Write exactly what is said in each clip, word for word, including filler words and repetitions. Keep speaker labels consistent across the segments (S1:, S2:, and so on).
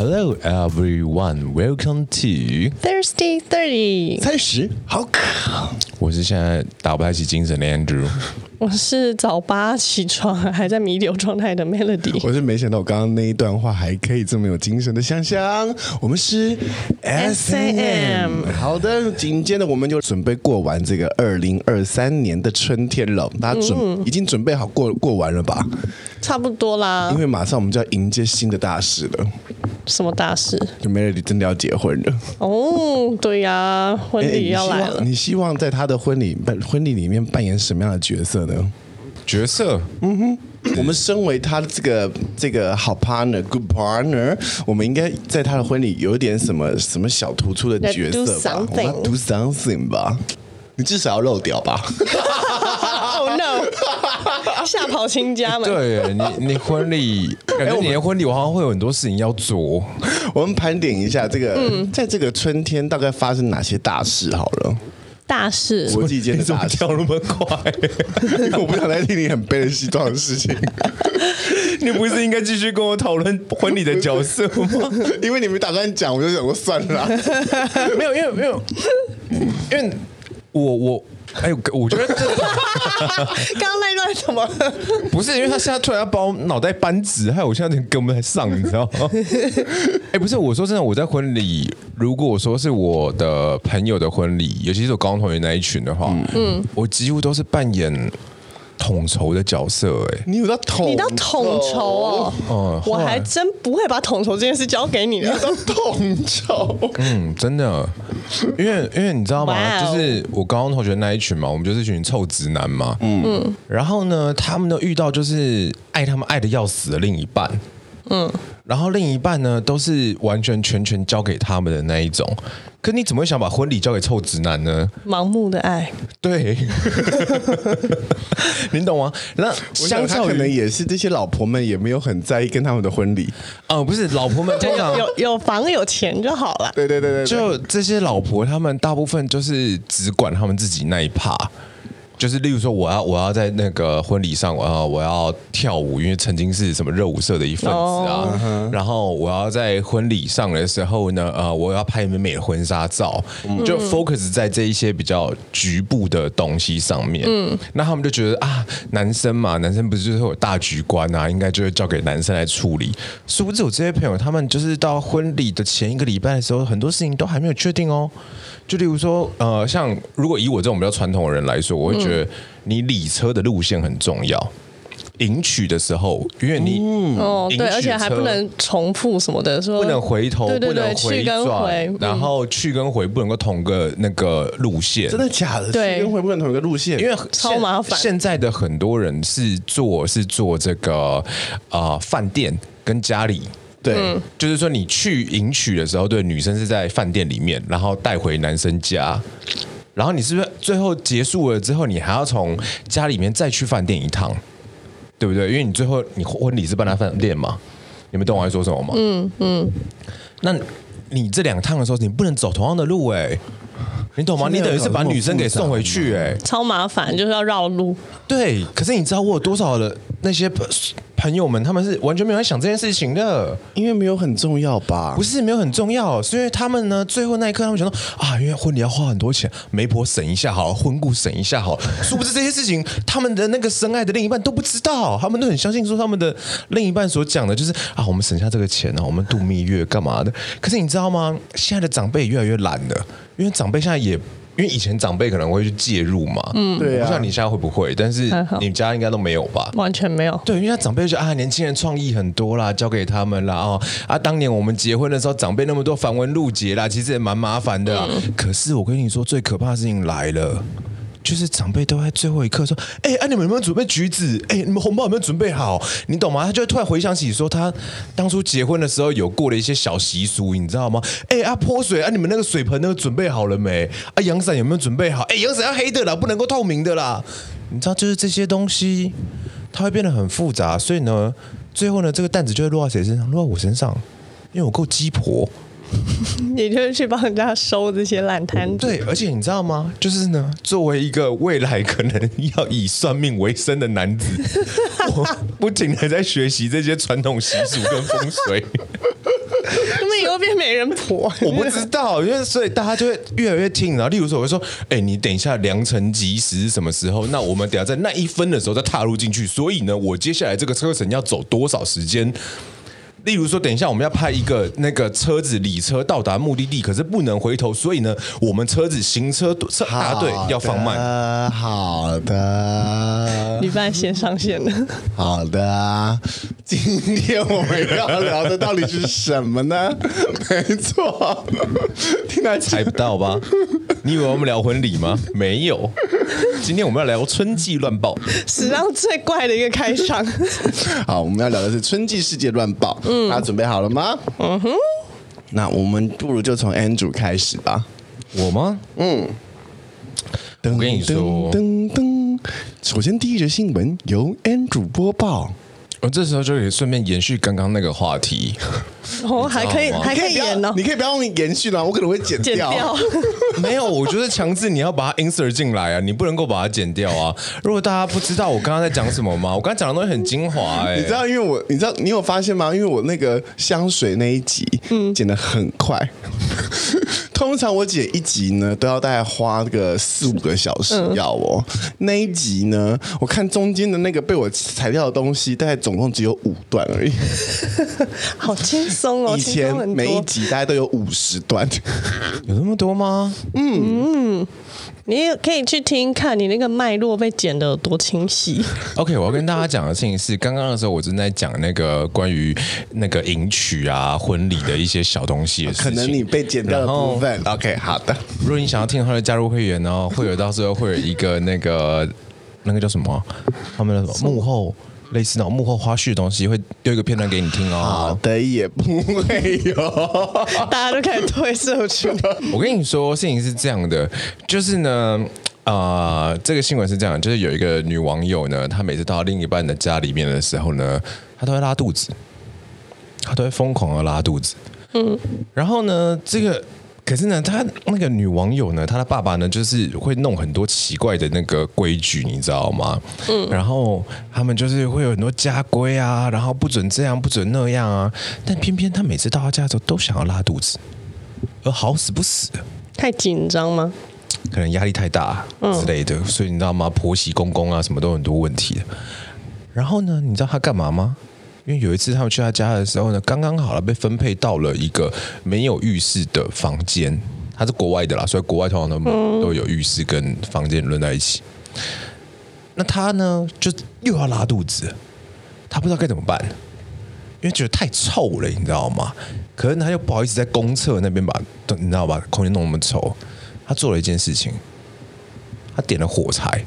S1: Hello everyone, welcome to
S2: Thirsty Thirty。
S3: 三十，好渴。
S1: 我是现在打不太起精神的 Andrew，
S2: 我是早八起床还在弥留状态的 Melody。
S3: 我是没想到我刚刚那一段话还可以这么有精神的想象。我们是 S A M。好的，紧接着我们就准备过完这个二零二三年的春天了。大家准、嗯、已经准备好过过完了吧？
S2: 差不多啦，
S3: 因为马上我们就要迎接新的大事了。
S2: 什么大事？
S3: 就 Melody 真的要结婚了。
S2: 哦，对呀、啊，婚礼要来了。
S3: 你希望在他的婚礼婚礼里面扮演什么样的角色呢？
S1: 角色，
S3: 嗯哼，我们身为他的这个这个好 partner，good partner， 我们应该在他的婚礼有一点什么什么小突出的角色吧？我们要 do something 吧？你至少要漏掉吧
S2: ？Oh no！ 吓跑亲家们。
S1: 对你，你婚礼，感觉你的婚礼，我好像会有很多事情要做。
S3: 我们盘点一下这个，嗯、在这个春天大概发生哪些大事好了。
S2: 大事，
S3: 国际间的大事，
S1: 跳那么快，
S3: 我不想再听你很悲的西装的事情。
S1: 你不是应该继续跟我讨论婚礼的角色吗？
S3: 因为你们打算讲，我就想说算了啦。
S1: 没有，因为没有，因为我我。哎，我觉得这
S2: 刚刚那一段什么？
S1: 不是，因为他现在突然要把我脑袋扳直，害我现在跟不太上，你知道吗？哎，不是，我说真的，我在婚礼，如果我说是我的朋友的婚礼，尤其是我高中同学那一群的话，嗯，我几乎都是扮演统筹的角色。哎，
S3: 你有到统，
S2: 你到统筹哦？哦，我还真不会把统筹这件事交给你的。
S3: 你到统筹，
S1: 嗯，真的。因为因为你知道吗？ Wow. 就是我高中同学那一群嘛，我们就是一群臭直男嘛。嗯，然后呢，他们都遇到就是爱他们爱的要死的另一半。嗯，然后另一半呢都是完全全权交给他们的那一种。可你怎么会想把婚礼交给臭直男呢？
S2: 盲目的爱，对，
S1: 你懂吗？那
S3: 相较可能也是这些老婆们也没有很在意跟他们的婚礼。
S1: 哦、呃，不是，老婆们通常
S2: 有有房有钱就好了。
S3: 对对对 对, 对，
S1: 就这些老婆，他们大部分就是只管他们自己那一趴。就是例如说，我要我要在那个婚礼上，我要我要跳舞，因为曾经是什么热舞社的一份子啊。Oh. 然后我要在婚礼上的时候呢，呃，我要拍美美的婚纱照，嗯、就 focus 在这一些比较局部的东西上面。嗯，那他们就觉得啊，男生嘛，男生不是就是有大局观啊，应该就会交给男生来处理。殊不知我这些朋友，他们就是到婚礼的前一个礼拜的时候，很多事情都还没有确定哦。就例如说，呃，像如果以我这种比较传统的人来说，我会觉得你礼车的路线很重要。迎娶的时候，因为你、嗯、
S2: 哦对，而且还不能重复什么的，说
S1: 不能回头，
S2: 对对对，
S1: 不能回转，然后去跟回不能够同个那个路线。
S3: 真的假的？
S2: 对，
S3: 去跟回不能同一个路线，
S1: 因为
S2: 超麻烦。
S1: 现在的很多人是做是做这个呃饭店跟家里。对、嗯，就是说你去迎娶的时候，对，女生是在饭店里面，然后带回男生家，然后你是不是最后结束了之后，你还要从家里面再去饭店一趟，对不对？因为你最后你婚礼是办在饭店嘛，你们懂我在说什么吗？嗯嗯，那你这两趟的时候，你不能走同样的路哎、欸。你懂吗？你等于是把女生给送回去、欸，哎，
S2: 超麻烦，就是要绕路。
S1: 对，可是你知道我有多少的那些朋友们，他们是完全没有在想这件事情的，
S3: 因为没有很重要吧？
S1: 不是没有很重要，是因为他们呢，最后那一刻他们想说啊，因为婚礼要花很多钱，媒婆省一下好了，婚顾省一下好了。殊不知这些事情，他们的那个深爱的另一半都不知道，他们都很相信说他们的另一半所讲的就是啊，我们省下这个钱啊，我们度蜜月干嘛的？可是你知道吗？现在的长辈也越来越懒了。因为长辈现在也，因为以前长辈可能会去介入嘛，嗯，对啊，我不知道你现在会不会，但是你们家应该都没有吧？
S2: 完全没有。
S1: 对，因为他长辈就啊，年轻人创意很多啦，交给他们啦，哦啊，当年我们结婚的时候，长辈那么多繁文缛节啦，其实也蛮麻烦的啦、嗯。可是我跟你说，最可怕的事情来了。就是长辈都在最后一刻说：“哎、欸，啊，你们有没有准备橘子？哎、欸，你们红包有没有准备好？你懂吗？”他就会突然回想起说，他当初结婚的时候有过的一些小习俗，你知道吗？哎、欸，啊，泼水啊，你们那个水盆那个准备好了没？啊，阳伞有没有准备好？哎、欸，阳伞要黑的啦，不能够透明的啦。你知道，就是这些东西，它会变得很复杂，所以呢，最后呢，这个担子就会落在谁身上？落在我身上，因为我够鸡婆。
S2: 你就是去帮人家收这些烂摊子。
S1: 对，而且你知道吗？就是呢，作为一个未来可能要以算命为生的男子，我不仅还在学习这些传统习俗跟风水，
S2: 根本以后变美人婆。
S1: 我不知道，因为所以大家就会越来越听。然后，例如说，我会说，哎、欸，你等一下良辰吉时是什么时候？那我们等一下在那一分的时候再踏入进去。所以呢，我接下来这个车程要走多少时间？例如说，等一下我们要派一个那个车子理车到达目的地，可是不能回头，所以呢，我们车子行车车答对要放慢。
S3: 好的，
S2: 礼拜先上线了。
S3: 好的，今天我们要聊的到底是什么呢？没错，听来
S1: 猜不到吧？你以为我们聊婚礼吗？没有，今天我们要聊春季乱报，
S2: 史上最怪的一个开场。
S3: 好，我们要聊的是春季世界乱报。嗯，大家准备好了吗？嗯哼。那我们不如就从 Andrew 开始吧。
S1: 我吗？嗯。我跟你说，
S3: 噔噔，首先第一则新闻由 Andrew 播报。
S1: 我这时候就可以顺便延续刚刚那个话题。
S2: 哦，还可以，还可以演哦。
S3: 你可以不要用延续了，我可能会剪掉。剪掉。
S1: 没有，我觉得强制你要把它 insert 进来啊，你不能够把它剪掉啊。如果大家不知道我刚刚在讲什么吗？我刚刚讲的东西很精华哎、欸。
S3: 你知道，因为我，你知道，你有发现吗？因为我那个香水那一集，嗯，剪得很快。通常我剪一集呢，都要大概花个四五个小时要哦。嗯、那一集呢，我看中间的那个被我裁掉的东西，大概总共只有五段而已。
S2: 好轻松哦！
S3: 以前每一集大概都有五十段，
S1: 有那么多吗？
S2: 嗯。嗯，你也可以去听看你那个脉络被剪得有多清晰。
S1: OK， 我要跟大家讲的事情是，刚刚的时候我正在讲那个关于那个迎娶啊、婚礼的一些小东西的事情，
S3: 可能你被剪掉的部分。OK， 好的。
S1: 如果你想要听的话，就加入会员哦，会有到时候会有一个那个那个叫什么，他们的什么幕后。类似那种幕后花絮的东西，会丢一个片段给你听哦。
S3: 好的，也不会有，
S2: 大家都开始退社群。
S1: 我跟你说，事情是这样的，就是呢，啊、呃，这个新闻是这样，就是有一个女网友呢，她每次到另一半的家里面的时候呢，她都会拉肚子，她都会疯狂的拉肚子。嗯，然后呢，这个。可是呢，她那个女网友呢，她的爸爸呢，就是会弄很多奇怪的那个规矩，你知道吗？嗯，然后他们就是会有很多家规啊，然后不准这样，不准那样啊。但偏偏她每次到她家的时候，都想要拉肚子，而好死不死的，
S2: 太紧张吗？
S1: 可能压力太大之类的，嗯、所以你知道吗？婆媳公公啊，什么都有很多问题的。然后呢，你知道她干嘛吗？因为有一次他们去他家的时候呢，刚刚好了被分配到了一个没有浴室的房间，它是国外的啦，所以国外通常都都有浴室跟房间轮在一起。那他呢，就又要拉肚子，他不知道该怎么办，因为觉得太臭了，你知道吗？可是他又不好意思在公厕那边把，你知道吧，空间弄那么臭，他做了一件事情，他点了火柴，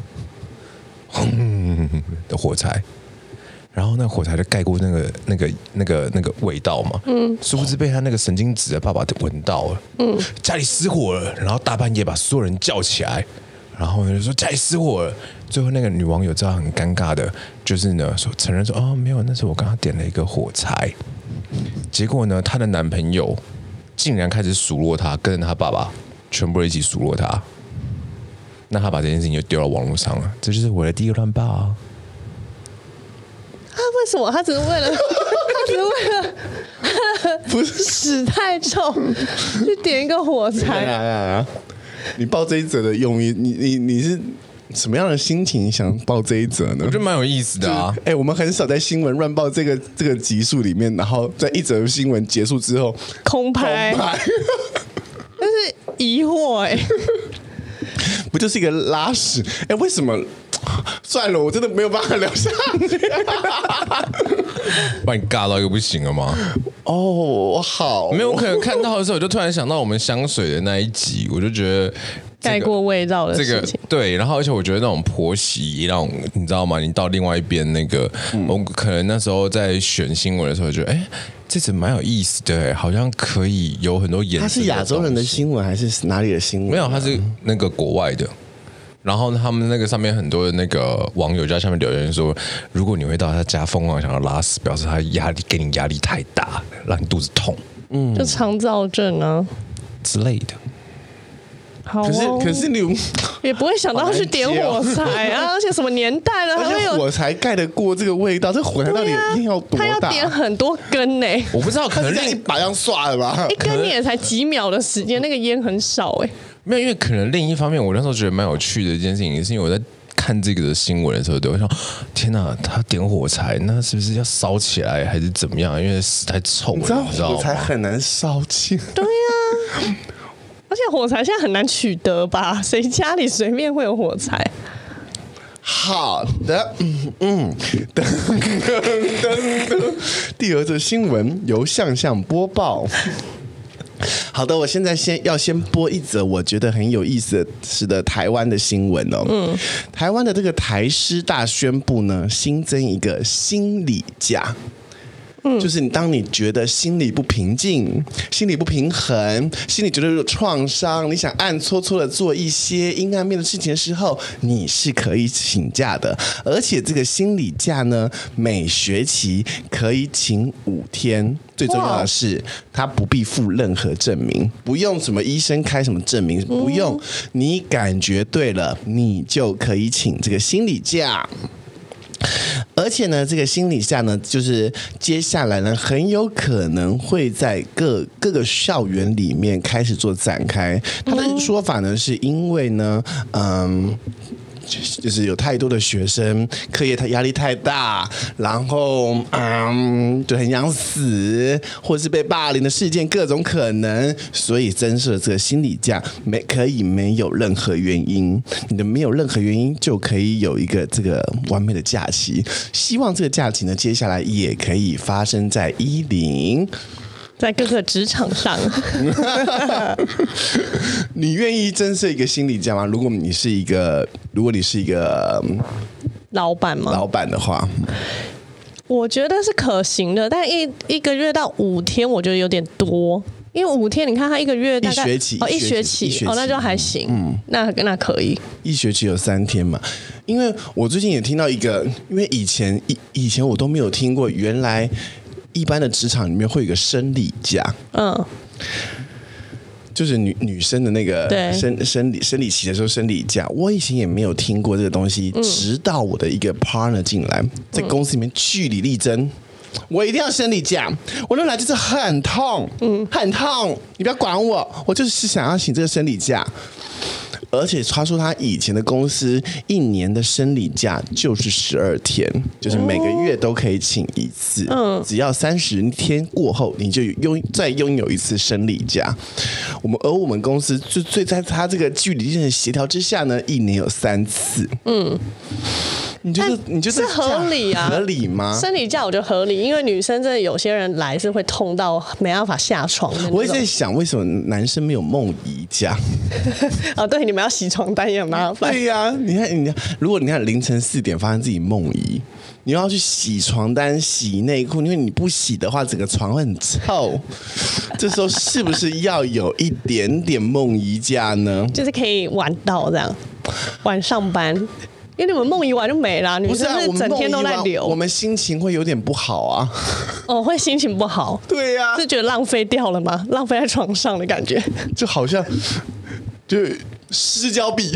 S1: 轰的火柴。然后那火柴就盖过那个那个那个那个味道嘛，嗯，殊不知被他那个神经质的爸爸闻到了，嗯，家里失火了，然后大半夜把所有人叫起来，然后就说家里失火了。最后那个女网友知道很尴尬的，就是呢说承认说哦没有，那是我刚刚点了一个火柴。结果呢，她的男朋友竟然开始数落她，跟着她爸爸全部人一起数落她。那他把这件事情就丢到网络上了，这就是我的第一个乱报啊。
S2: 他为什么？他只是为了，他只是为了，
S3: 不是
S2: 屎太臭，去点一个火柴。
S3: 啊啊啊、你报这一则的用意，你你你是什么样的心情想报这一则呢？
S1: 我觉得蛮有意思的啊。
S3: 哎、欸，我们很少在新闻乱报这个这个集数里面，然后在一则新闻结束之后
S2: 空拍，空拍但是疑惑哎、欸，
S3: 不就是一个拉屎？哎、欸，为什么？算了，我真的没有办法聊下去，
S1: 把你尬到一个不行了吗？
S3: 哦，好，
S1: 没有，我可能看到的时候，我就突然想到我们香水的那一集，我就觉得
S2: 盖过味道的事情，
S1: 这个对，然后而且我觉得那种婆媳，那种你知道吗？你到另外一边那个，嗯、我可能那时候在选新闻的时候，觉得哎。欸这次蛮有意思的，好像可以有很多颜色。
S3: 它是亚洲人的新闻还是哪里的新闻、啊？
S1: 没有，它是那个国外的。然后他们那个上面很多的那个网友在下面留言说，如果你会到他家疯狂想要拉屎，表示他压力给你压力太大，让你肚子痛，
S2: 嗯，就肠燥症啊
S1: 之类的。
S2: 好、哦，
S3: 可是可是你
S2: 也不会想到要去点火柴啊，而且什么年代了，还会有
S3: 火柴盖得过这个味道？这火柴到底一定要多大？
S2: 它要点很多根呢、欸，
S1: 我不知道，可能
S3: 另一把这样刷了吧？
S2: 一根你也才几秒的时间，那个烟很少哎、欸。
S1: 没有，因为可能另一方面，我那时候觉得蛮有趣的一件事情，是因为我在看这个的新闻的时候，我想，天哪，他点火柴，那是不是要烧起来还是怎么样？因为屎太臭了，
S3: 你知道
S1: 你知道吗？
S3: 火柴很难烧起。
S2: 对呀、啊，而且火柴现在很难取得吧？谁家里随便会有火柴？
S3: 好的，嗯嗯，噔噔噔噔，第二则新闻由向向播报。好的，我现在先要先播一则我觉得很有意思的是的台湾的新闻哦。嗯，台湾的这个台师大宣布呢，新增一个心理假。嗯，就是你当你觉得心里不平静、心里不平衡、心里觉得有创伤，你想暗搓搓的做一些阴暗面的事情的时候，你是可以请假的。而且这个心理假呢，每学期可以请五天。最重要的是，他不必附任何证明，不用什么医生开什么证明，不用。你感觉对了，你就可以请这个心理假。而且呢，这个心理假呢，就是接下来呢，很有可能会在各各个校园里面开始做展开。他的说法呢，是因为呢，嗯。就是有太多的学生，课业他压力太大，然后嗯，就很想死，或是被霸凌的事件各种可能，所以增设这个心理假，没可以没有任何原因，你的没有任何原因就可以有一个这个完美的假期。希望这个假期呢，接下来也可以发生在一零。
S2: 在各个职场上，
S3: 你愿意增设一个心理假吗？如果你是一个，如果你是一个
S2: 老板吗？
S3: 老板的话，
S2: 我觉得是可行的，但一一个月到五天，我觉得有点多。因为五天，你看他一个月大概
S3: 一学期
S2: 哦，一学
S3: 期
S2: 期哦，那就还行，嗯，那那可以。
S3: 一学期有三天嘛？因为我最近也听到一个，因为以前以以前我都没有听过，原来。一般的职场里面会有一个生理假，嗯，就是女女生的那个生生理生理期的时候生理假，我以前也没有听过这个东西，嗯、直到我的一个 partner 进来，在公司里面据理力争，我一定要生理假，我那来就是很痛，嗯，很痛，你不要管我，我就是想要请这个生理假。而且他说他以前的公司一年的生理假就是十二天，就是每个月都可以请一次，嗯，只要三十天过后，你就拥再拥有一次生理假。我们而我们公司就最在他这个据理力争的协调之下呢，一年有三次，嗯。你觉得你觉得
S2: 是合理啊？
S3: 合理吗？
S2: 生理假我觉得合理，因为女生真的有些人来是会痛到没办法下床的。
S3: 我也在想，为什么男生没有梦遗假？
S2: 哦，对，你们要洗床单也很麻烦。
S3: 对呀、啊，你看，你看，如果你看凌晨四点发现自己梦遗，你要去洗床单、洗内裤，因为你不洗的话，整个床会很臭。这时候是不是要有一点点梦遗假呢？
S2: 就是可以晚到这样，晚上班。因为你们梦遗完就没了，女生是整天都在流，
S3: 我们心情会有点不好啊。
S2: 哦，会心情不好。
S3: 对呀、啊，
S2: 是觉得浪费掉了吗？浪费在床上的感觉，
S3: 就好像就失焦臂。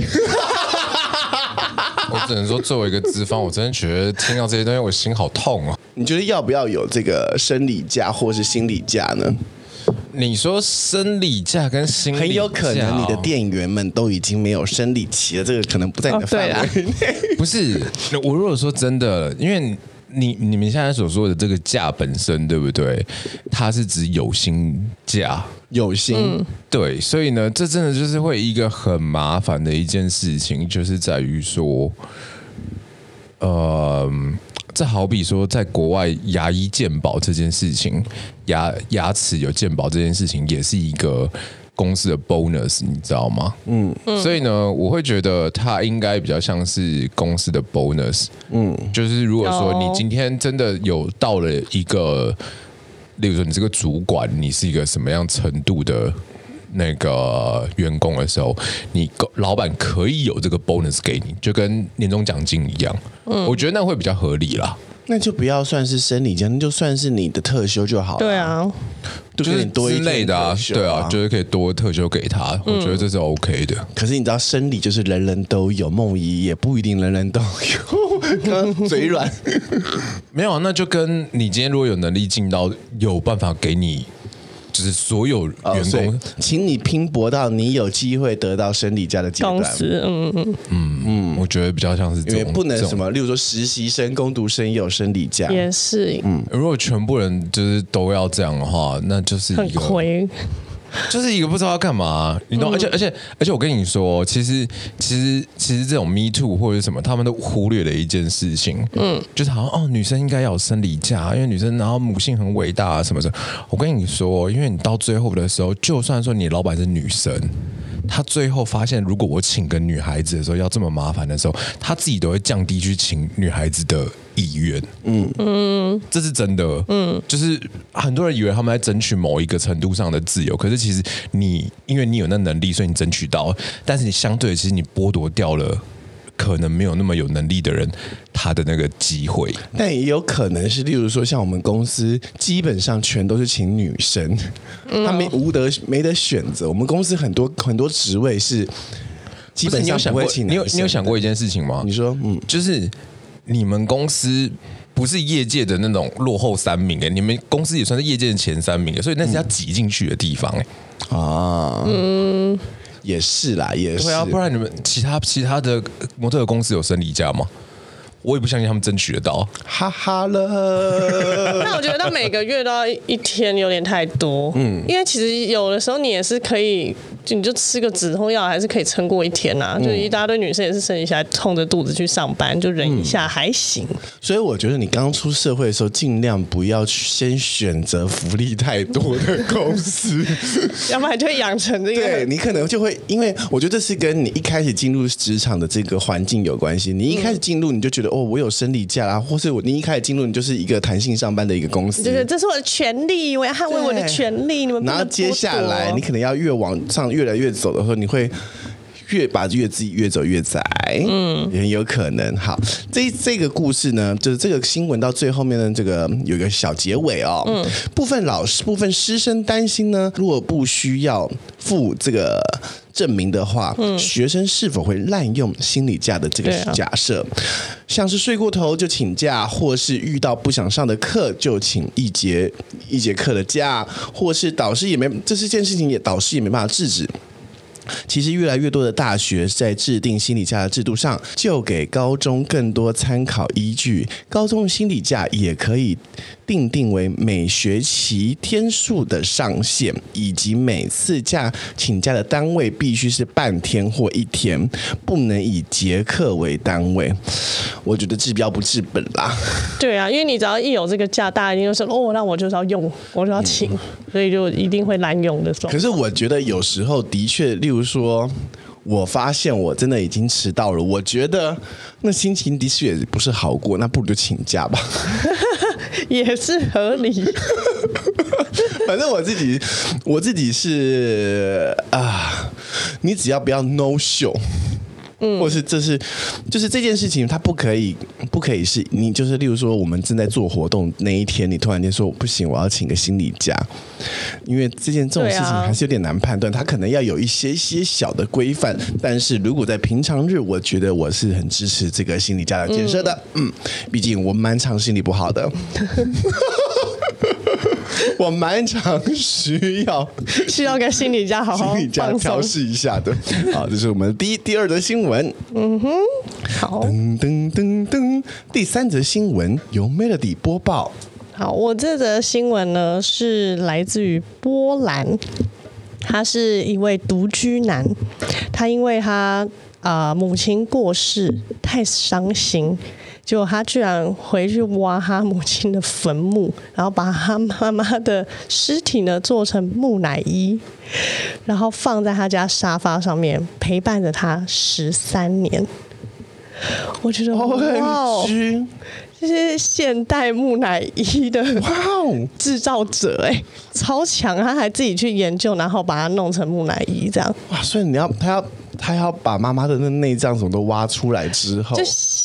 S1: 我只能说，作为一个资方，我真的觉得听到这些东西，我心好痛啊。
S3: 你觉得要不要有这个生理假或是心理假呢？
S1: 你说生理假跟心理假、哦，
S3: 很有可能你的店员们都已经没有生理期了，这个可能不在你的范围内。
S1: 哦、不是，我如果说真的，因为你你们现在所说的这个假本身，对不对？它是指有薪假，
S3: 有薪、嗯，
S1: 对，所以呢，这真的就是会一个很麻烦的一件事情，就是在于说，呃。这好比说，在国外牙医健保这件事情，牙牙齿有健保这件事情，也是一个公司的 bonus， 你知道吗？嗯，所以呢，我会觉得它应该比较像是公司的 bonus。嗯，就是如果说你今天真的有到了一个，例如说你这个主管，你是一个什么样程度的那个员工的时候，你老板可以有这个 bonus 给你，就跟年终奖金一样。嗯，我觉得那会比较合理啦。
S3: 那就不要算是生理假，那就算是你的特休就好了。
S2: 对啊，
S1: 就是之类的啊，对啊，就是可以多特休给他，我觉得这是 OK 的。
S3: 可是你知道，生理就是人人都有，梦遗也不一定人人都有。刚刚嘴软，
S1: 没有，那就跟你今天如果有能力进到有办法给你。就是所有员工、
S3: 哦，请你拼搏到你有机会得到生理假的阶段。
S2: 公司，嗯嗯
S1: 嗯嗯，我觉得比较像是这种，
S3: 因为不能什么，例如说实习生、工读生也有生理假，
S2: 也是。
S1: 嗯，如果全部人就是都要这样的话，那就是一个
S2: 很亏。
S1: 就是一个不知道要干嘛，你懂？嗯、而且而且而且，我跟你说，其实其实其实这种 Me Too 或者什么，他们都忽略了一件事情，嗯，就是好像哦，女生应该要有生理假，因为女生然后母性很伟大啊什么什么。我跟你说，因为你到最后的时候，就算说你老板是女生。他最后发现，如果我请个女孩子的时候要这么麻烦的时候，他自己都会降低去请女孩子的意愿。嗯嗯，这是真的。嗯，就是很多人以为他们在争取某一个程度上的自由，可是其实你因为你有那能力，所以你争取到，但是你相对其实你剥夺掉了可能没有那么有能力的人他的那个机会。
S3: 但也有可能是，例如说像我们公司基本上全都是请女生，嗯、他没无得没得选择。我们公司很多很多职位是基本上不会请男生。
S1: 你有你有想过一件事情吗？
S3: 你说，嗯，
S1: 就是你们公司不是业界的那种落后三名哎，你们公司也算是业界的前三名，所以那是要挤进去的地方哎、
S3: 嗯。啊，嗯。也是啦，也是。
S1: 对啊，不然你们其他其他的模特的公司有生理假吗？我也不相信他们争取得到，
S3: 哈哈了。
S2: 那我觉得到每个月都要一天有点太多，嗯，因为其实有的时候你也是可以，就你就吃个止痛药，还是可以撑过一天啊。嗯、就一大堆女生也是生一下痛着肚子去上班，就忍一下还行。嗯、
S3: 所以我觉得你刚出社会的时候，尽量不要先选择福利太多的公司，
S2: 要不然就会养成这个。
S3: 对你可能就会，因为我觉得这是跟你一开始进入职场的这个环境有关系。你一开始进入，你就觉得、嗯、哦，我有生理假啦，或是我你一开始进入，你就是一个弹性上班的一个公司，
S2: 对对，这是我的权利，我要捍卫我的权利，你们不能剥夺。
S3: 然后接下来，你可能要越往上越来越走的时候，你会越把越自己越走越窄，嗯，也很有可能。好，这这个故事呢，就是这个新闻到最后面的这个有一个小结尾哦，嗯，部分老师、部分师生担心呢，如果不需要付这个证明的话，嗯、学生是否会滥用心理假的这个假设，啊、像是睡过头就请假，或是遇到不想上的课就请一节一节课的假，或是导师也没这是件事情也导师也没办法制止。其实越来越多的大学在制定心理假的制度上，就给高中更多参考依据。高中的心理假也可以定定为每学期天数的上限，以及每次假请假的单位必须是半天或一天，不能以节课为单位。我觉得治标不治本啦。
S2: 对啊，因为你只要一有这个假，大家一定就说哦，那我就是要用，我就要请，嗯、所以就一定会滥用的状况。
S3: 可是我觉得有时候的确，例如说，我发现我真的已经迟到了，我觉得那心情的确也不是好过，那不如就请假吧。
S2: 也是合理。
S3: 反正我自己，我自己是啊，你只要不要 no show。嗯，或是这是，就是这件事情，它不可以，不可以是你就是，例如说，我们正在做活动那一天，你突然间说不行，我要请个心理假，因为这件这种事情还是有点难判断，它可能要有一些些小的规范。但是如果在平常日，我觉得我是很支持这个心理假的建设的。嗯，毕竟我蛮常心理不好的。我蛮常需要
S2: 需要跟心理假好好
S3: 心理假调试一下的。好，这是我们第一、第二则新闻。
S2: 嗯哼，好。
S3: 噔噔噔噔，第三则新闻由 Melody 播报。
S2: 好，我这则新闻呢是来自于波兰，他是一位独居男，他因为他啊、呃、母亲过世太伤心。结果他居然回去挖他母亲的坟墓，然后把他妈妈的尸体呢做成木乃伊，然后放在他家沙发上面，陪伴着他十三年。我觉得哇哦，这些现代木乃伊的哇哦制造者哎、欸，超强！他还自己去研究，然后把它弄成木乃伊这样。
S3: 哇，所以你要他要他要把妈妈的那内脏什么都挖出来之后，
S2: 就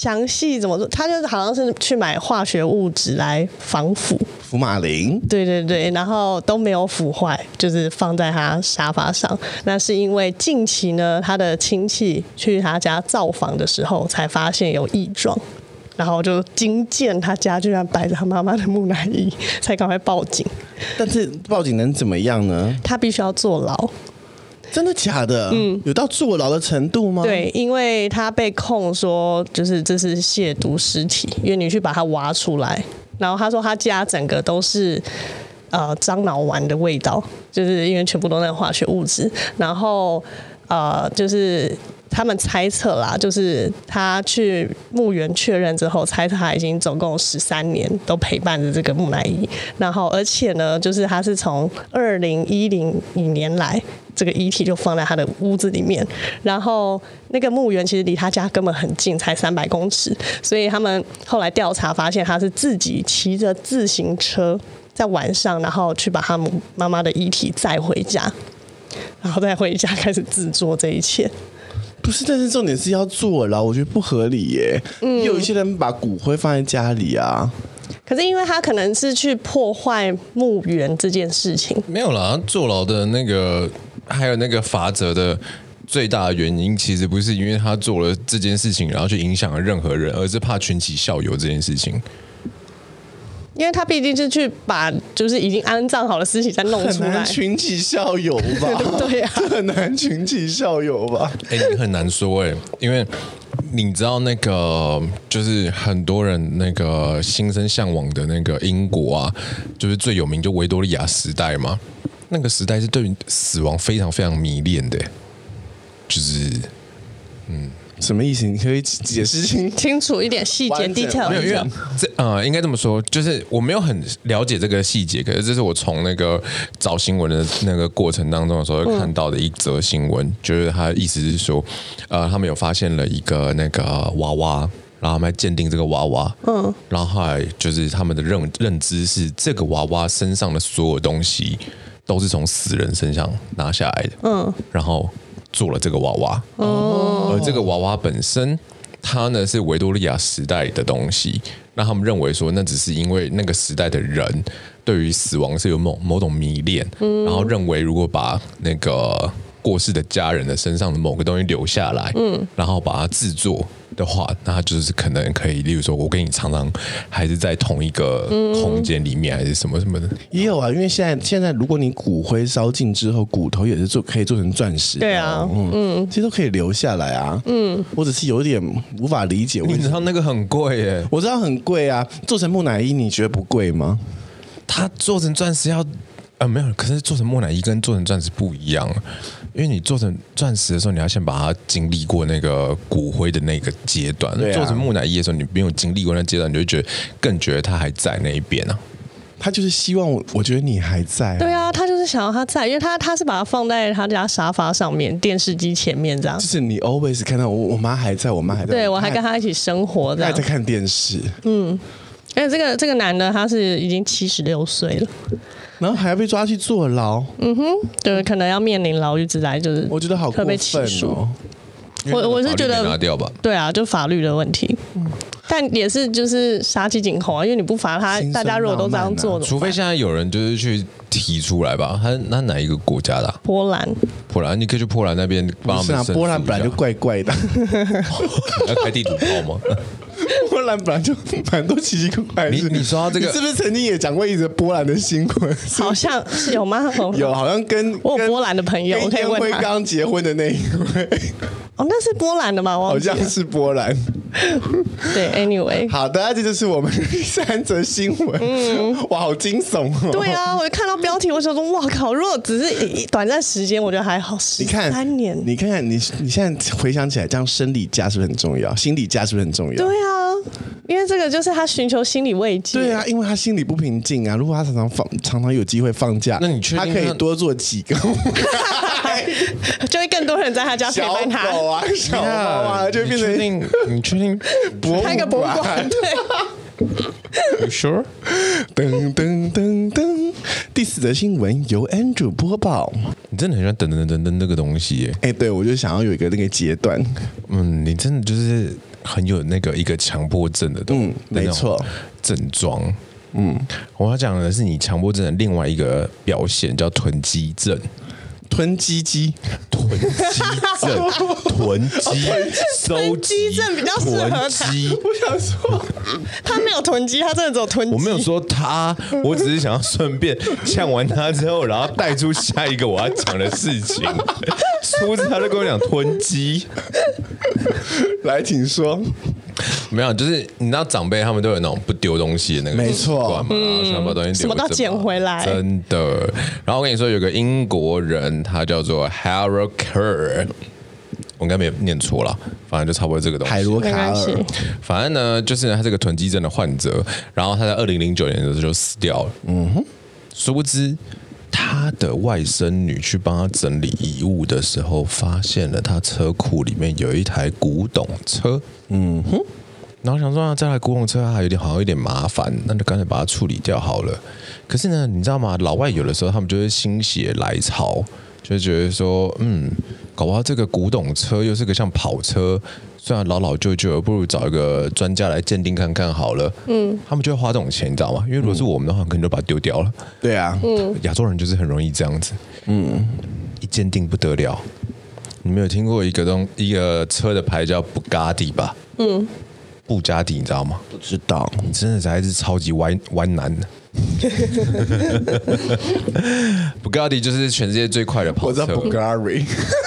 S2: 详细怎么做，他就是好像是去买化学物质来防腐。
S3: 福马林，
S2: 对对对，然后都没有腐坏，就是放在他沙发上。那是因为近期呢，他的亲戚去他家造访的时候，才发现有异状，然后就惊见他家居然摆着他妈妈的木乃伊，才赶快报警。
S3: 但是报警能怎么样呢？
S2: 他必须要坐牢。
S3: 真的假的？嗯，有到坐牢的程度吗？
S2: 对，因为他被控说，就是这是亵渎尸体，因为你去把它挖出来。然后他说他家整个都是呃樟脑丸的味道，就是因为全部都那个化学物质。然后呃就是他们猜测啦，就是他去墓园确认之后，猜测他已经总共十三年都陪伴着这个木乃伊。然后而且呢，就是他是从二零一零年来。这个遗体就放在他的屋子里面，然后那个墓园其实离他家根本很近，才三百公尺，所以他们后来调查发现他是自己骑着自行车在晚上，然后去把他妈妈的遗体载回家，然后再回家开始制作这一切。
S3: 不是，但是重点是要坐牢，我觉得不合理耶。嗯，有一些人把骨灰放在家里啊。
S2: 可是因为他可能是去破坏墓园这件事情，
S1: 没有啦，坐牢的那个还有那个罚则的最大的原因，其实不是因为他做了这件事情，然后去影响了任何人，而是怕群起效尤这件事情。
S2: 因为他毕竟是去把就是已经安葬好的尸体再弄出来，
S3: 很难群起效尤吧？
S2: 对呀、啊，
S3: 这很难群起效尤吧？
S1: 哎、欸，你很难说哎、欸，因为你知道那个就是很多人那个心生向往的那个英国啊，就是最有名就维多利亚时代嘛，那个时代是对于死亡非常非常迷恋的、欸，就是嗯。
S3: 什么意思？你可以解释清
S2: 清楚一点细节 detail。
S1: 没有，因为这呃，应该这么说，就是我没有很了解这个细节，可是这是我从那个找新闻的那个过程当中的时候看到的一则新闻，嗯、就是他意思是说，呃，他们有发现了一个那个娃娃。然后他们来鉴定这个娃娃，嗯，然后后来就是他们的认认知是，这个娃娃身上的所有东西都是从死人身上拿下来的，嗯，然后做了这个娃娃，哦，而这个娃娃本身，它呢是维多利亚时代的东西，那他们认为说，那只是因为那个时代的人对于死亡是有某某种迷恋，嗯，然后认为如果把那个过世的家人的身上的某个东西留下来，嗯，然后把它制作的话，那它就是可能可以，例如说，我跟你常常还是在同一个空间里面，还是什么什么的。
S3: 也有啊，因为现在现在，如果你骨灰烧尽之后，骨头也是做可以做成钻石。
S2: 对啊，
S3: 嗯嗯，其实都可以留下来啊。嗯，我只是有点无法理解。
S1: 你知道那个很贵耶？
S3: 我知道很贵啊，做成木乃伊你觉得不贵吗？
S1: 它做成钻石要呃没有，可是做成木乃伊跟做成钻石不一样。因为你做成钻石的时候，你要先把它经历过那个骨灰的那个阶段。啊、做成木乃伊的时候，你没有经历过那阶段，你就会觉得更觉得它还在那一边啊。
S3: 他就是希望我，我觉得你还在、啊。
S2: 对啊，他就是想要他在，因为他他是把它放在他家沙发上面、电视机前面这样。
S3: 就是你 always 看到我，我妈还在，我妈还在。
S2: 对，我还跟他一起生活这样。
S3: 还在看电视。
S2: 嗯，而且这个这个男的他是已经七十六岁了。
S3: 然后还要被抓去坐牢，
S2: 嗯哼，就是可能要面临牢狱之灾，就是
S3: 我觉得好过分哦。
S2: 我我是觉得
S1: 拿掉吧，
S2: 对啊，就法律的问题。嗯，但也是就是杀鸡儆猴啊，因为你不罚他，大家如果都这样做的，
S1: 除非现在有人就是去提出来吧。他那哪一个国家的、啊？
S2: 波兰。
S1: 波兰，你可以去波兰那边帮他们。
S3: 是啊，波兰本来就怪怪的。
S1: 要开地图炮吗？
S3: 波兰本来就蛮多奇奇怪怪的。
S1: 你你说到这个，
S3: 你是不是曾经也讲过一则波兰的新闻？
S2: 好像是有吗？
S3: 有，好像跟
S2: 我有波兰的朋友，我可以问他。
S3: 刚结婚的那一位。
S2: 哦，那是波兰的吗？
S3: 好像是波兰。
S2: 对 ，anyway，
S3: 好的，这就是我们第三则新闻。嗯，哇，好惊悚哦！
S2: 对啊，我看到标题，我想说，哇靠！如果只是短暂时间，我觉得还好。
S3: 你看
S2: 三年，
S3: 你看看你，你现在回想起来，这样生理假是不是很重要？心理假是不是很重要？
S2: 对啊，因为这个就是他寻求心理慰藉。
S3: 对啊，因为他心里不平静啊。如果他常常放，常常有机会放假，
S1: 那你确定
S3: 他可以多做几个？
S2: 就会更多人在他家陪伴他。
S3: 小狗啊，小猫啊，就变成
S1: 你你确定
S2: 开个博物馆？对。
S1: You sure？
S3: 噔噔噔噔，第四则新闻由 Andrew 播报。
S1: 你真的很喜欢噔噔噔噔那个东西耶！
S3: 哎、欸，对，我就想要有一个那个阶段。
S1: 嗯，你真的就是很有那个一个强迫症的东西，
S3: 嗯，没错，
S1: 症状。嗯，我要讲的是你强迫症的另外一个表现，叫囤积症。
S3: 囤积机，
S1: 囤积症，囤积，收集
S2: 症比较适合他。
S3: 我想说，
S2: 他没有囤积，他真的只有囤积。
S1: 我没有说他，我只是想要顺便呛完他之后，然后带出下一个我要讲的事情。殊不知他就跟我讲囤积。
S3: 来，请说。
S1: 没有，就是你知道长辈他们都有那种不丢东西的那个习惯嘛，嗯、喜欢把东西留着，
S2: 什么都捡回来，
S1: 真的。然后我跟你说，有个英国人，他叫做 Harold Kerr， 我应该没有念错了，反正就差不多这个东西。
S3: 海罗卡尔，
S1: 反正呢，就是他这个囤积症的患者，然后他在二零零九年的时候就死掉了。嗯哼，殊不知。他的外甥女去帮他整理遗物的时候，发现了他车库里面有一台古董车。嗯哼，然后想说、啊、这台古董车还有点好像有点麻烦，那就干脆把它处理掉好了。可是呢，你知道吗？老外有的时候他们就会心血来潮，就觉得说，嗯，搞不好这个古董车又是个像跑车。虽然老老旧旧，不如找一个专家来鉴定看看好了。嗯，他们就会花这种钱，你知道吗？因为如果是我们的话，可能就把它丢掉了。
S3: 对啊，嗯，
S1: 亚洲人就是很容易这样子。嗯，一鉴定不得了。你们有听过一个东一个车的牌叫布加迪吧？嗯，布加迪你知道吗？
S3: 不知道，
S1: 你真的才是超级弯弯男的。布加迪就是全世界最快的跑车。
S3: 我知道布加迪。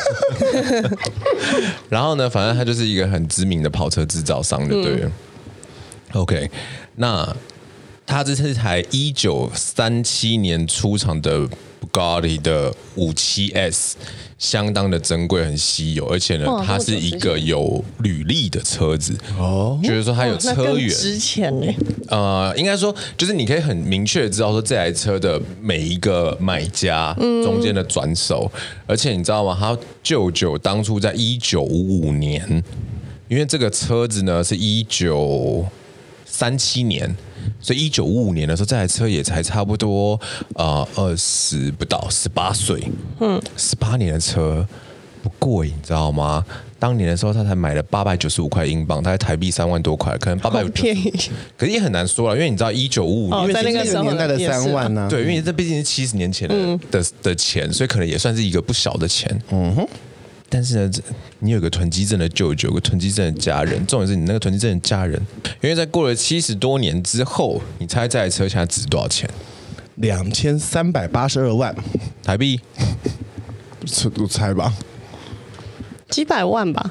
S1: 然后呢，反正他就是一个很知名的跑车制造商，就对了。嗯、OK， 那他这是台一九三七年出厂的 Bugatti 的五七 S， 相当的珍贵，很稀有，而且呢，它是一个有履历的车子。哦，就是说它有车源，
S2: 值钱呢。
S1: 呃，应该说就是你可以很明确的知道说这台车的每一个买家中间的转手，嗯、而且你知道吗？他舅舅当初在一九五五年，因为这个车子呢是一九三七年。所以一九五五年的时候，这台车也才差不多呃二十不到十八岁，嗯，十八年的车不贵，你知道吗？当年的时候，他才买了八百九十五块英镑，大概台币三万多块，可能八百
S2: 便宜，
S1: 可是也很难说了，因为你知道一九五五年，
S2: 哦、
S1: 因为
S2: 在那个时候
S3: 年代的三万呢、啊，
S1: 对，因为这毕竟是七十年前的、嗯、的的钱，所以可能也算是一个不小的钱，嗯哼。但是呢，你有个囤积症的舅舅，有个囤积症的家人，重点是你那个囤积症的家人，因为在过了七十多年之后，你猜这台车现在值多少钱？
S3: 两千三百八十二万
S1: 台币，
S3: 我猜吧，
S2: 几百万吧，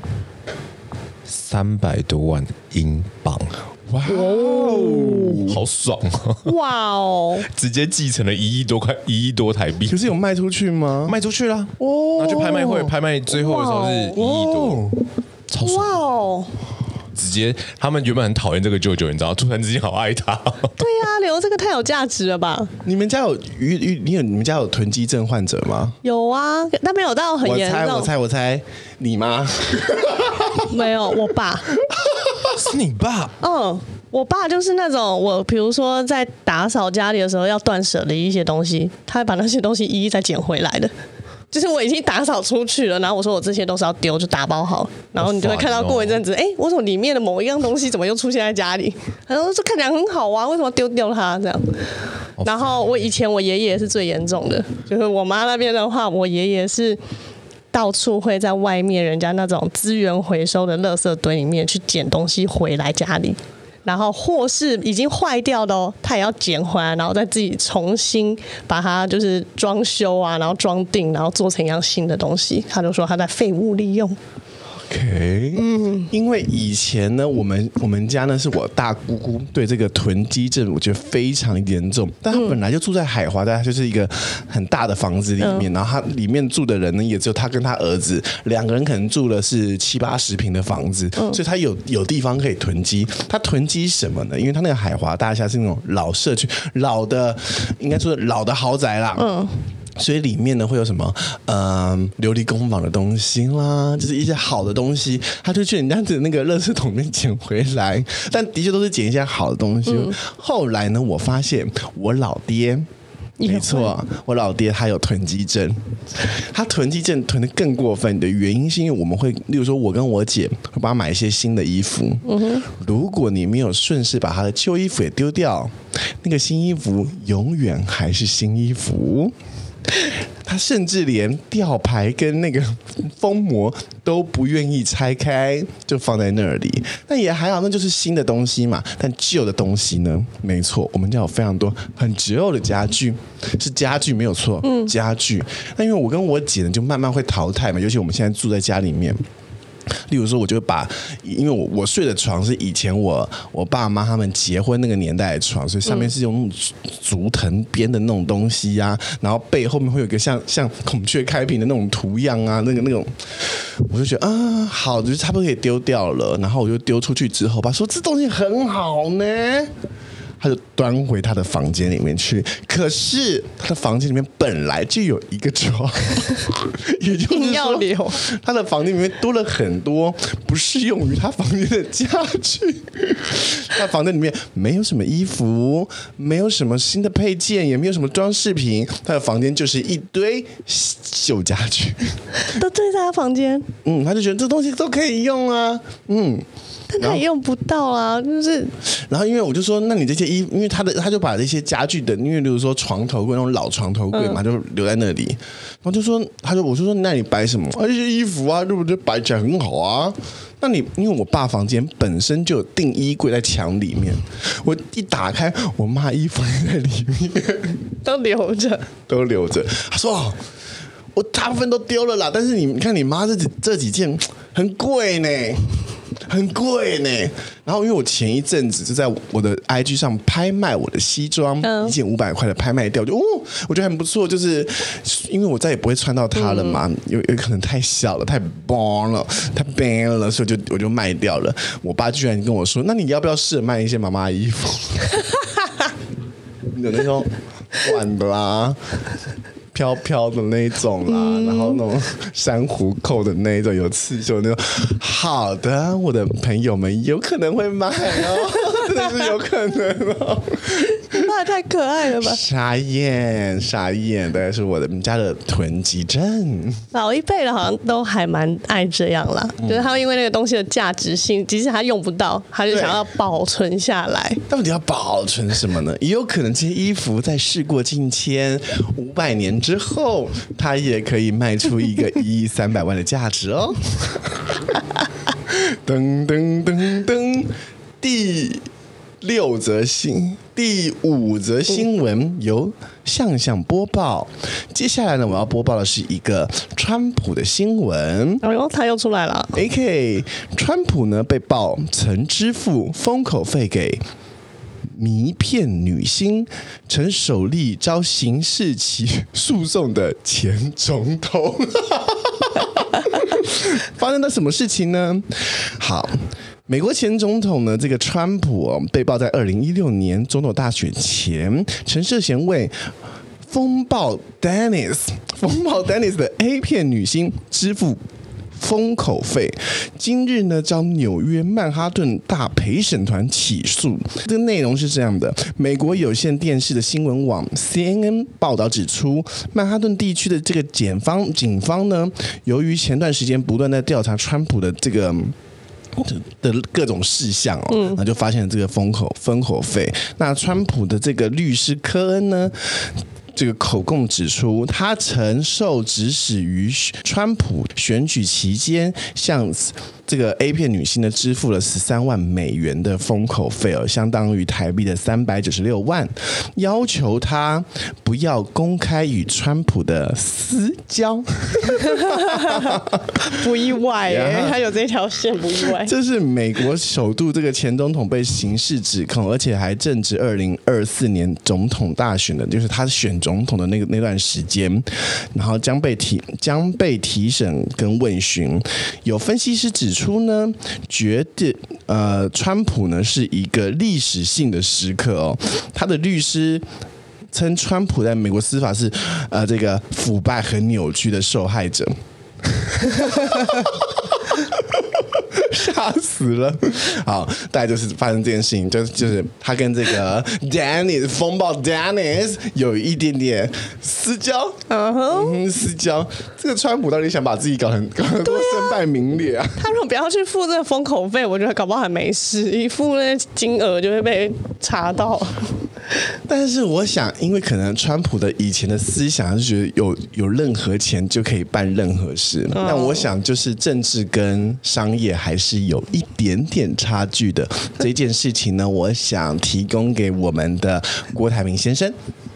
S1: 三百多万英镑。
S3: 哇哦，
S1: 好爽哦！
S2: 哇哦，
S1: 直接继承了一亿多块，一亿多台币。
S3: 可是有卖出去吗？
S1: 卖出去了哦，然后去拍卖会，拍卖最后的时候是一亿多，超爽！哇哦，直接他们原本很讨厌这个舅舅，你知道，突然之间好爱他。
S2: 对呀、啊，留这个太有价值了吧？
S3: 你们家有鱼鱼？你有你们家有囤积症患者吗？
S2: 有啊，但没有到很严重。
S3: 我猜，我猜，我猜，你妈？
S2: 没有，我爸。
S1: 是你爸？
S2: 嗯，我爸就是那种我，比如说在打扫家里的时候要断舍离一些东西，他会把那些东西一一再捡回来的。就是我已经打扫出去了，然后我说我这些都是要丢，就打包好，然后你就会看到过一阵子，哎、欸，为什么里面的某一样东西怎么又出现在家里？然后说看起来很好啊，为什么丢掉它这样？然后我以前我爷爷是最严重的，就是我妈那边的话，我爷爷是。到处会在外面人家那种资源回收的垃圾堆里面去捡东西回来家里，然后或是已经坏掉的哦，他也要捡回来，然后再自己重新把它就是装修啊，然后装订，然后做成一样新的东西。他就说他在废物利用。
S3: OK， 嗯，因为以前呢，我们我们家呢是我大姑姑对这个囤积症，我觉得非常严重。但她本来就住在海华，但就是一个很大的房子里面，嗯、然后她里面住的人呢，也只有她跟她儿子两个人，可能住的是七八十平的房子，嗯、所以她有有地方可以囤积。她囤积什么呢？因为她那个海华大厦是那种老社区、老的，应该说老的豪宅啦。嗯。所以里面呢会有什么呃琉璃工坊的东西啦，就是一些好的东西，他就去人家的那个垃圾桶里面捡回来，但的确都是捡一些好的东西。嗯、后来呢，我发现我老爹没错，我老爹他有囤积症，他囤积症囤得更过分的原因是因为我们会，例如说我跟我姐会帮他买一些新的衣服，嗯哼，如果你没有顺势把他的旧衣服也丢掉，那个新衣服永远还是新衣服。他甚至连吊牌跟那个封膜都不愿意拆开，就放在那里。那也还好，那就是新的东西嘛。但旧的东西呢？没错，我们家有非常多很折旧的家具，是家具没有错，嗯，家具。那因为我跟我姐呢，就慢慢会淘汰嘛，尤其我们现在住在家里面。例如说，我就把，因为我我睡的床是以前我我爸妈他们结婚那个年代的床，所以上面是用竹藤编的那种东西啊，然后背后面会有一个像像孔雀开屏的那种图样啊，那个那种，我就觉得啊，好，就是差不多可以丢掉了。然后我就丢出去之后，爸说这东西很好呢。他就端回他的房间里面去，可是他的房间里面本来就有一个床，也就是说，他的房间里面多了很多不适用于他房间的家具。他房间里面没有什么衣服，没有什么新的配件，也没有什么装饰品，他的房间就是一堆旧家具，
S2: 都堆在他房间。
S3: 嗯，他就觉得这东西都可以用啊，嗯。
S2: 但他也用不到啊，就是。
S3: 然后因为我就说，那你这些衣服，因为他的他就把这些家具的，因为比如说床头柜那种老床头柜嘛，嗯、就留在那里。然后就说，他就我就说，那你摆什么？啊，这些衣服啊，对不对？摆起来很好啊。那你因为我爸房间本身就有订衣柜在墙里面，我一打开，我妈衣服在里面，
S2: 都留着，
S3: 都留着。他说。哦我大部分都丢了啦，但是你看你妈这几这几件很贵呢，很贵呢。然后因为我前一阵子就在我的 I G 上拍卖我的西装，嗯、一件五百块的拍卖掉，就哦，我觉得很不错，就是因为我再也不会穿到它了嘛，嗯、有有可能太小了，太薄了，太扁了，所以就我就卖掉了。我爸居然跟我说：“那你要不要试着卖一些妈妈的衣服？”有那种短的啦。飘飘的那一种啦，嗯、然后那种珊瑚扣的那一种有刺绣那种，好的，我的朋友们有可能会买哦，真的是有可能哦。
S2: 那太可爱了吧！
S3: 傻眼，傻眼，大概是我的家的囤积症。
S2: 老一辈的好像都还蛮爱这样啦，嗯、就是他会因为那个东西的价值性，即使他用不到，他就想要保存下来。
S3: 到底要保存什么呢？也有可能这些衣服在事过境迁，五百年之后，它也可以卖出一个一亿三百万的价值哦。噔噔噔噔，第六则新，第五则新闻由向向播报。接下来呢，我要播报的是一个川普的新闻。
S2: 哎呦，他又出来了。
S3: A K， 川普呢被曝曾支付封口费给迷骗女星，曾首例遭刑事起诉讼的前总统。发生了什么事情呢？好。美国前总统呢，这个川普哦，被曝在二零一六年总统大选前，曾涉嫌为风暴 Dennis 风暴 Dennis 的 A 片女星支付封口费。今日呢，遭纽约曼哈顿大陪审团起诉。这个内容是这样的：美国有线电视的新闻网 C N N 报道指出，曼哈顿地区的这个检方警方呢，由于前段时间不断在调查川普的这个。的各种事项哦，嗯、然后就发现了这个封口封口费。那川普的这个律师科恩呢，这个口供指出，他曾受指使于川普选举期间向这个 A 片女星呢支付了十三万美元的封口费哦，相当于台币的三百九十六万，要求他不要公开与川普的私交。
S2: 不意外耶，他有这条线不意外。
S3: 这是美国首度这个前总统被刑事指控，而且还正值二零二四年总统大选的，就是他选总统的那个那段时间，然后将被提将被提审跟问询。有分析师指出呢，觉得呃，川普呢是一个历史性的时刻哦。他的律师称，川普在美国司法是呃这个腐败和扭曲的受害者。 吓死了！好，大概就是发生这件事情，就是就是他跟这个 Dennis 风暴 Dennis 有一点点私交，嗯哼，私交。这个川普到底想把自己搞成搞成多身败名裂啊？
S2: 他如果不要去付这个封口费，我觉得搞不好还没事，一付那金额就会被查到。
S3: 但是我想，因为可能川普的以前的思想是觉得有有任何钱就可以办任何事，嗯、但我想就是政治跟商业还是有一点点差距的。这件事情呢，我想提供给我们的郭台铭先生。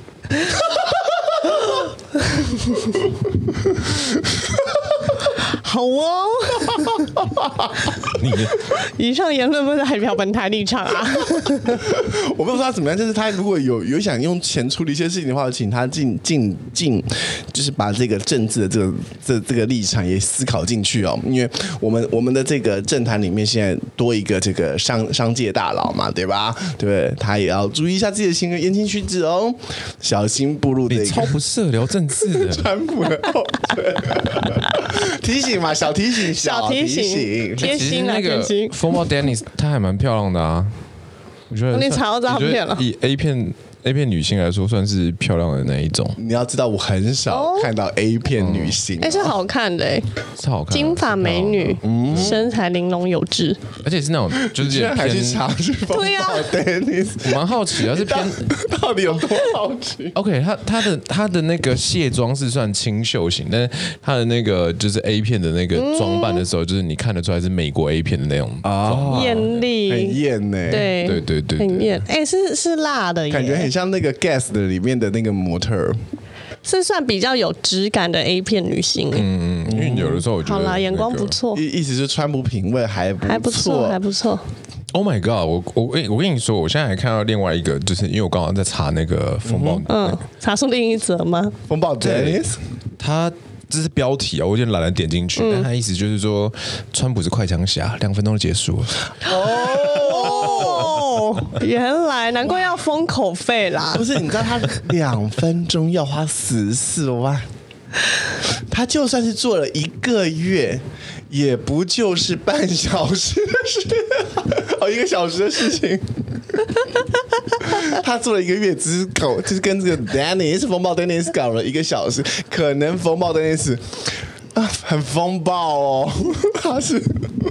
S2: 好哦，
S1: 你
S2: 以上言论不代表本台立场啊。
S3: 我不知道他怎么样，就是他如果有有想用钱处理一些事情的话，请他进进进，就是把这个政治的这个这这个立场也思考进去哦。因为我们我们的这个政坛里面现在多一个这个商商界大佬嘛，对吧？对不对？他也要注意一下自己的行为言行举止哦，小心步入这个
S1: 你超不适合聊政治的。
S3: 川普的后腿。提醒嘛，小提醒，
S2: 小提醒，贴心啊，贴心。
S1: 风暴 Dennis 她还蛮漂亮的啊，我觉得
S2: 你查到照片了。
S1: 以 A 片 A 片女星来说，算是漂亮的那一种。
S3: 你要知道，我很少看到 A 片女星，
S2: 哎、哦，是、欸、好看的、欸，
S1: 是好看，
S2: 金发美女，嗯，身材玲珑有致，
S1: 而且是那种就是
S3: 居然还去查去
S2: 对呀、啊，
S1: 我蛮好奇，要是偏
S3: 到底有多好奇
S1: ？OK， 他他的他的那个卸妆是算清秀型，但是他的那个就是 A 片的那个装扮的时候，嗯、就是你看得出来是美国 A 片的那种啊，
S2: 艳丽，
S3: 很艳呢、欸，
S2: 对
S1: 对对对，
S2: 很艳，哎、欸，是是辣的耶，
S3: 感觉很像那个 Gas 的里面的那个模特儿，
S2: 是算比较有质感的 A 片女星。
S1: 嗯嗯，因为有的时候我觉得、那个、
S2: 好啦，眼光不错，
S3: 意意思是川普品味还不错，
S2: 还不错，还不错。
S1: Oh my god！ 我我我跟你说，我现在还看到另外一个，就是因为我刚刚在查那个风暴，
S2: 嗯，嗯查出另一则吗？
S3: 风暴 Dennis，
S1: 他这是标题啊，我有点懒得点进去，嗯、但他意思就是说，川普是快枪侠，两分钟就结束了。
S2: 哦，原来难怪要封口费啦！
S3: 不是，你知道他两分钟要花十四万，他就算是做了一个月。也不就是半小时的事，哦，一个小时的事情。他做了一个月，只是搞，就是跟这个 Dennis 风暴 Dennis 搞了一个小时，可能风暴 Dennis 啊很风暴哦，他是。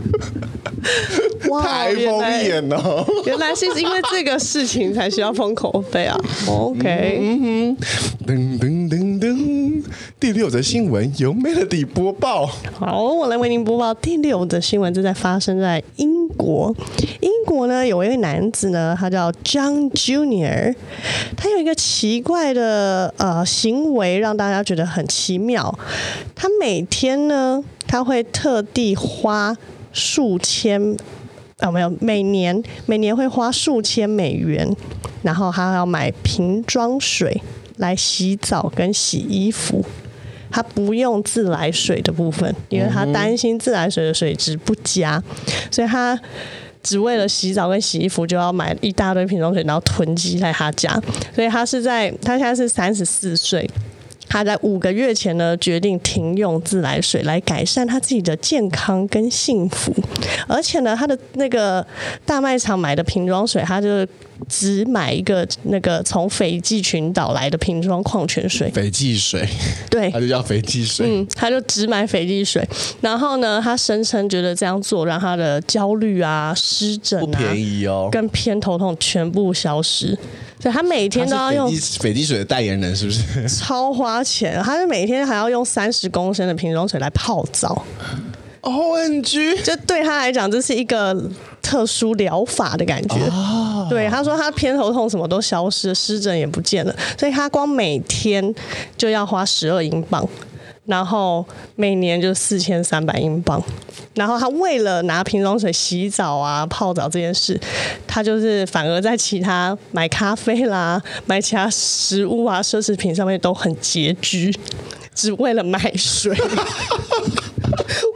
S3: 台风眼哦，
S2: 原来是因为这个事情才需要封口费啊。OK，
S3: 嗯哼，噔噔噔噔，第六则新闻由 Melody 播报。
S2: 好，我来为您播报第六则新闻，正在发生在英国。英国呢，有一位男子呢，他叫 John Junior， 他有一个奇怪的呃行为，让大家觉得很奇妙。他每天呢，他会特地花数千。啊，没有，每年每年会花数千美元，然后他要买瓶装水来洗澡跟洗衣服。他不用自来水的部分，因为他担心自来水的水质不佳，所以他只为了洗澡跟洗衣服就要买一大堆瓶装水，然后囤积在他家。所以他是在他现在是三十四岁。他在五个月前呢，决定停用自来水来改善他自己的健康跟幸福。而且呢，他的那个大卖场买的瓶装水，他就只买一个那个从斐济群岛来的瓶装矿泉水。
S3: 斐济水，
S2: 对，
S3: 他就叫斐济水。
S2: 嗯，他就只买斐济水。然后呢，他声称觉得这样做让他的焦虑啊、湿疹啊、
S3: 不便宜哦，
S2: 跟偏头痛全部消失。所以他每天都要用
S3: 斐济水的代言人，是不是？
S2: 超花钱，他是每天还要用三十公升的瓶装水来泡澡。
S3: O M G！
S2: 就对他来讲，这是一个特殊疗法的感觉。哦、对，他说他偏头痛什么都消失了，湿疹也不见了，所以他光每天就要花十二英镑。然后每年就四千三百英镑，然后他为了拿瓶装水洗澡啊、泡澡这件事，他就是反而在其他买咖啡啦、买其他食物啊、奢侈品上面都很拮据，只为了买水。我说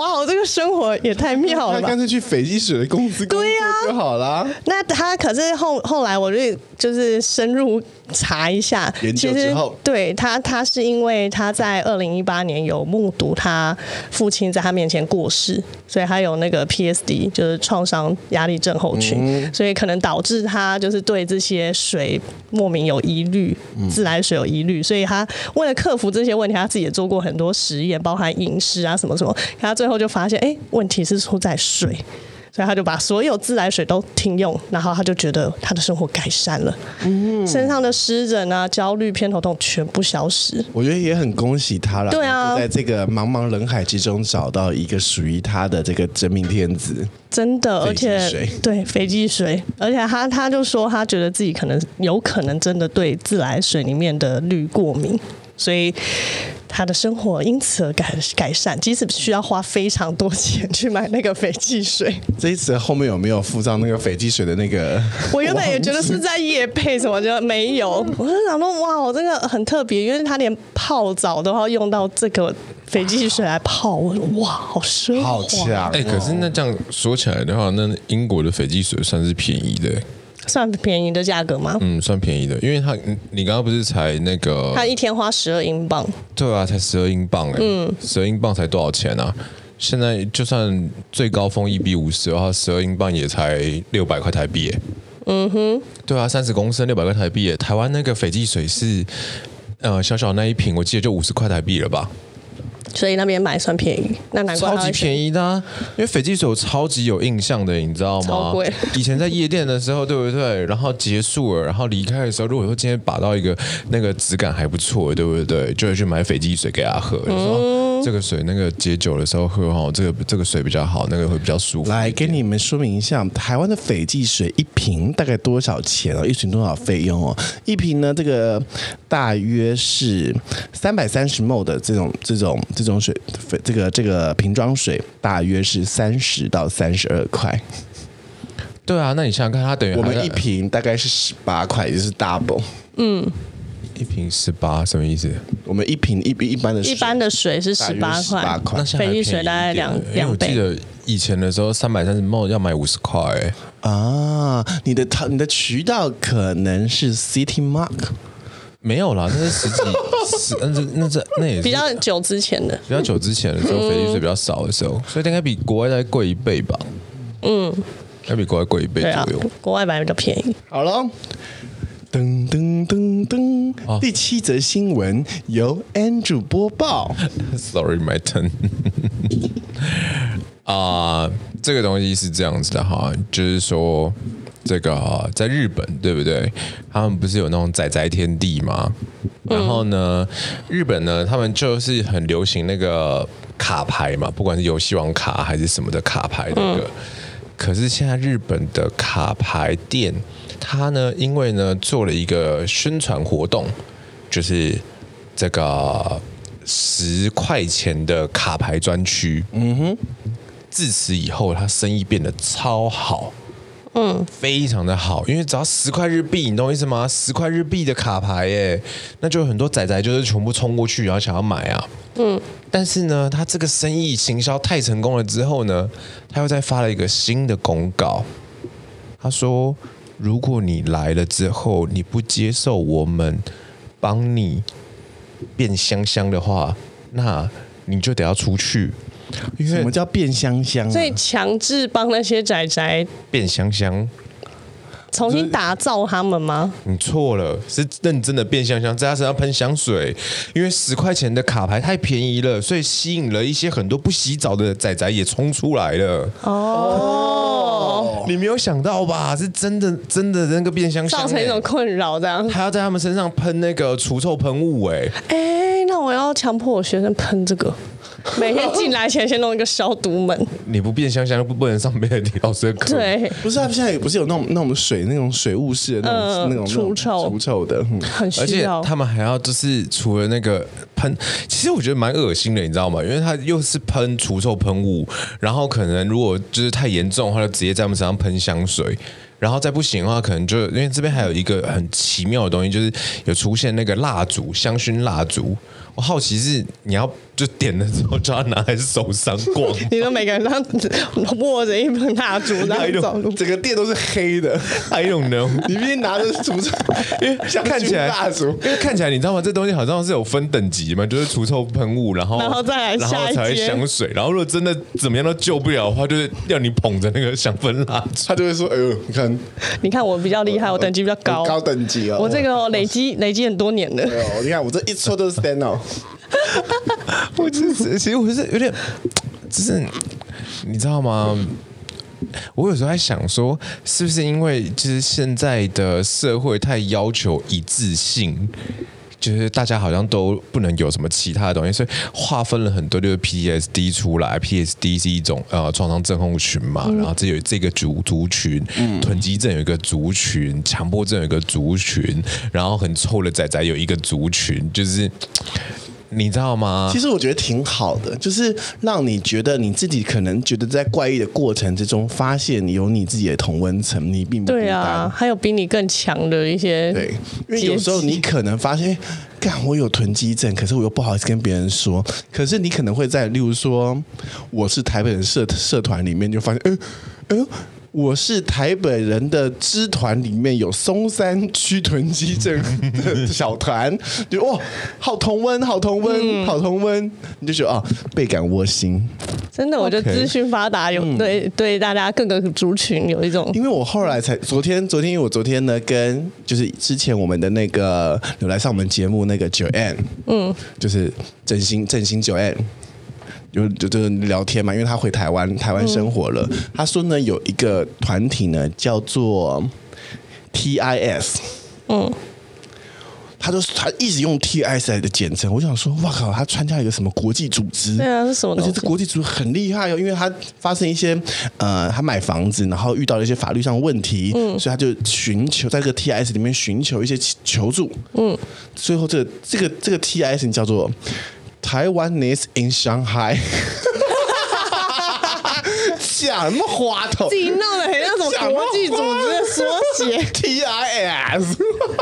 S2: 哇，这个生活也太妙了吧！
S3: 他干脆去斐济水的公司工作就好啦。
S2: 那他可是后后来我就就是深入查一下，
S3: 研究之后，
S2: 对他他是因为他在二零一八年有目睹他父亲在他面前过世，所以他有那个 P S D， 就是创伤压力症候群，嗯、所以可能导致他就是对这些水莫名有疑虑，自来水有疑虑，所以他为了克服这些问题，他自己也做过很多实验，包含饮食啊什么什么，他最后就发现，哎，问题是出在水。所以他就把所有自来水都停用，然后他就觉得他的生活改善了，嗯、身上的湿疹啊、焦虑、偏头痛全部消失。
S3: 我觉得也很恭喜他了，
S2: 对啊，
S3: 在这个茫茫人海之中找到一个属于他的这个真命天子。
S2: 真的，而且对斐济水，而且他他就说他觉得自己可能有可能真的对自来水里面的氯过敏，所以他的生活因此而改改善，即使需要花非常多钱去买那个斐济水。
S3: 这一次后面有没有附上那个斐济水的那个？
S2: 我原本也觉得是在业配什么，就没有。我就想说，哇，我这个很特别，因为他连泡澡都要用到这个斐济水来泡，我说哇，好奢华，
S3: 好强！
S1: 哎、欸，可是那这样说起来的话，那英国的斐济水算是便宜的、欸。
S2: 算便宜的价格吗？
S1: 嗯，算便宜的，因为他你刚刚不是才那个，
S2: 他一天花十二英镑。
S1: 对啊，才十二英镑哎、欸，嗯，十二英镑才多少钱啊？现在就算最高峰一比五十的话，十二英镑也才六百块台币、欸。嗯哼，对啊，三十公升六百块台币、欸。台湾那个斐济水是呃小小那一瓶，我记得就五十块台币了吧？
S2: 所以那边买算便宜，那难怪
S1: 超级便宜的、啊，因为斐济水我超级有印象的，你知道吗？
S2: 超贵。
S1: 以前在夜店的时候，对不对？然后结束了，然后离开的时候，如果说今天把到一个那个质感还不错，对不对？就会去买斐济水给他喝，就说、嗯、这个水那个解酒的时候喝哈，这个这个水比较好，那个会比较舒服。
S3: 来给你们说明一下，台湾的斐济水一瓶大概多少钱哦？一瓶多少费用哦？一瓶呢，这个大约是三百三十 ml 的这种这种。这种水，这个这个瓶装水大约是三十到三十二块。
S1: 对啊，那你想想看，它等于
S3: 我们一瓶大概是十八块，也就是 double。
S2: 嗯，
S1: 一瓶十八什么意思？
S3: 我们一瓶一一般的水
S2: 一般的水是十八块，
S3: 那
S2: 斐济水大概两两倍。
S1: 我记得以前的时候三百三十 ml 要买五十块哎。
S3: 啊，你的你的渠道可能是 City Mark。
S1: 没有啦，那是十几，十那是那是那也是
S2: 比较久之前的，
S1: 比较久之前的时候，斐济水比较少的时候，所以应该比国外再贵一倍吧。嗯，要比国外贵一倍左右。
S2: 啊、国外本来比较便宜。
S3: 好了，噔噔噔噔，
S1: 哦、
S3: 第七则新闻由 Andrew 播报。
S1: Sorry, my turn 啊、呃，这个东西是这样子的哈，就是说。这个在日本对不对？他们不是有那种宅宅天地吗？然后呢，日本呢，他们就是很流行那个卡牌嘛，不管是游戏王卡还是什么的卡牌那个。可是现在日本的卡牌店，它呢，因为呢做了一个宣传活动，就是这个十块钱的卡牌专区。嗯哼，自此以后，它生意变得超好。嗯，非常的好，因为只要十块日币，你懂我意思吗？十块日币的卡牌耶，那就有很多仔仔就是全部冲过去，然后想要买啊。嗯，但是呢，他这个生意行销太成功了之后呢，他又再发了一个新的公告，他说，如果你来了之后，你不接受我们帮你变香香的话，那你就得要出去。
S3: 什么叫变香香、啊？
S2: 所以强制帮那些宅宅
S1: 变香香，
S2: 重新打造他们吗？
S1: 你错了，是认真的变香香，在他身上喷香水。因为十块钱的卡牌太便宜了，所以吸引了一些很多不洗澡的仔仔也冲出来了。哦，你没有想到吧？是真的，真的那个变香香、欸，
S2: 造成一种困扰，这样。
S1: 还要在他们身上喷那个除臭喷雾、欸，哎，
S2: 哎，那我要强迫我学生喷这个。每天进来前先弄一个消毒门。
S1: 你不变香香，不不能上贝里老师的课。
S2: 对，
S3: 不是啊，现在不是有那种那种水那种水雾式的那种、呃、那种
S2: 除臭
S3: 除臭的，嗯、
S2: 很需要。
S1: 而且他们还要就是除了那个喷，其实我觉得蛮恶心的，你知道吗？因为它又是喷除臭喷雾，然后可能如果就是太严重的话，就直接在他们身上喷香水。然后再不行的话，可能就因为这边还有一个很奇妙的东西，就是有出现那个蜡烛，香薰蜡烛。 我好奇是你要就点了之后就要拿在手上逛，
S2: 你说每个人都握着一盆蜡烛然后走路，
S3: 整个店都是黑的。
S1: I don't know，
S3: 你必须拿着除臭，
S1: 因为看起来
S3: 蜡烛，
S1: 因为看起来你知道吗？这东西好像是有分等级嘛，就是除臭喷雾，然后
S2: 然后再来
S1: 然后
S2: 下一
S1: 才会
S2: 阶
S1: 香水，然后如果真的怎么样都救不了的话，就是要你捧着那个香氛蜡烛。
S3: 他就会说：“哎呦，你看，
S2: 你看我比较厉害，我等级比较高，
S3: 高等级哦，
S2: 我这个累积累积很多年了。
S3: 哎呦，你看我这一抽都是 stand out。”
S1: 我就是其实我是有点，就是你知道吗？我有时候在想说，是不是因为就是现在的社会太要求一致性，就是大家好像都不能有什么其他的东西，所以划分了很多就是 P T S D 出来。P T S D 是一种呃创伤症候群嘛，嗯、然后这有这个族族群，嗯、囤积症有一个族群，强迫症有一个族群，然后很臭的仔仔有一个族群，就是。你知道吗？
S3: 其实我觉得挺好的，就是让你觉得你自己可能觉得在怪异的过程之中，发现你有你自己的同温层，你并不孤单。
S2: 对啊，还有比你更强的一些。
S3: 对，因为有时候你可能发现，干我有囤积症，可是我又不好意思跟别人说。可是你可能会在，例如说，我是台北人社社团里面就发现，哎哎呦。我是台北人的支团里面有松山区囤积症的小团，就哇，好同温，好同温，嗯、好同温，你就觉得啊，倍感窝心。
S2: 真的，我觉得资讯发达有、okay. 对对大家各个族群有一种。
S3: 因为我后来才昨天昨天因为我昨天呢跟就是之前我们的那个有来上我们节目那个Joanne，嗯，就是振兴振兴Joanne。就就就聊天嘛，因为他回台湾台湾生活了。嗯、他说呢，有一个团体呢叫做 T I S， 嗯，他就他一直用 T I S 来的简称。我想说，哇靠，他参加一个什么国际组织？
S2: 对啊，是什么？
S3: 而且这国际组织很厉害哦，因为他发生一些呃，他买房子，然后遇到了一些法律上的问题，嗯，所以他就寻求在这个 T I S 里面寻求一些求助，嗯，最后这个这个这个 T I S 叫做。Taiwanese in Shanghai， 讲什么花头？
S2: 自己弄得很像什么国际组织的缩写
S3: T I S，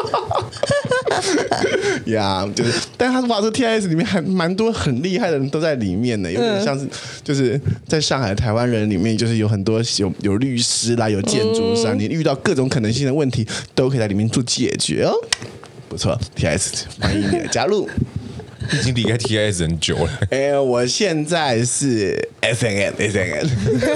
S3: 呀， yeah, 就是，但他哇，这 T I S 里面还蛮多很厉害的人都在里面呢，有点像是就是在上海台湾人里面，就是有很多有有律师啦，有建筑商，嗯、你遇到各种可能性的问题，都可以在里面做解决哦。不错 ，T I S 欢迎你的加入。
S1: 已经离开 T I S 很久了。
S3: 哎、欸，我现在是 S N M，S N M。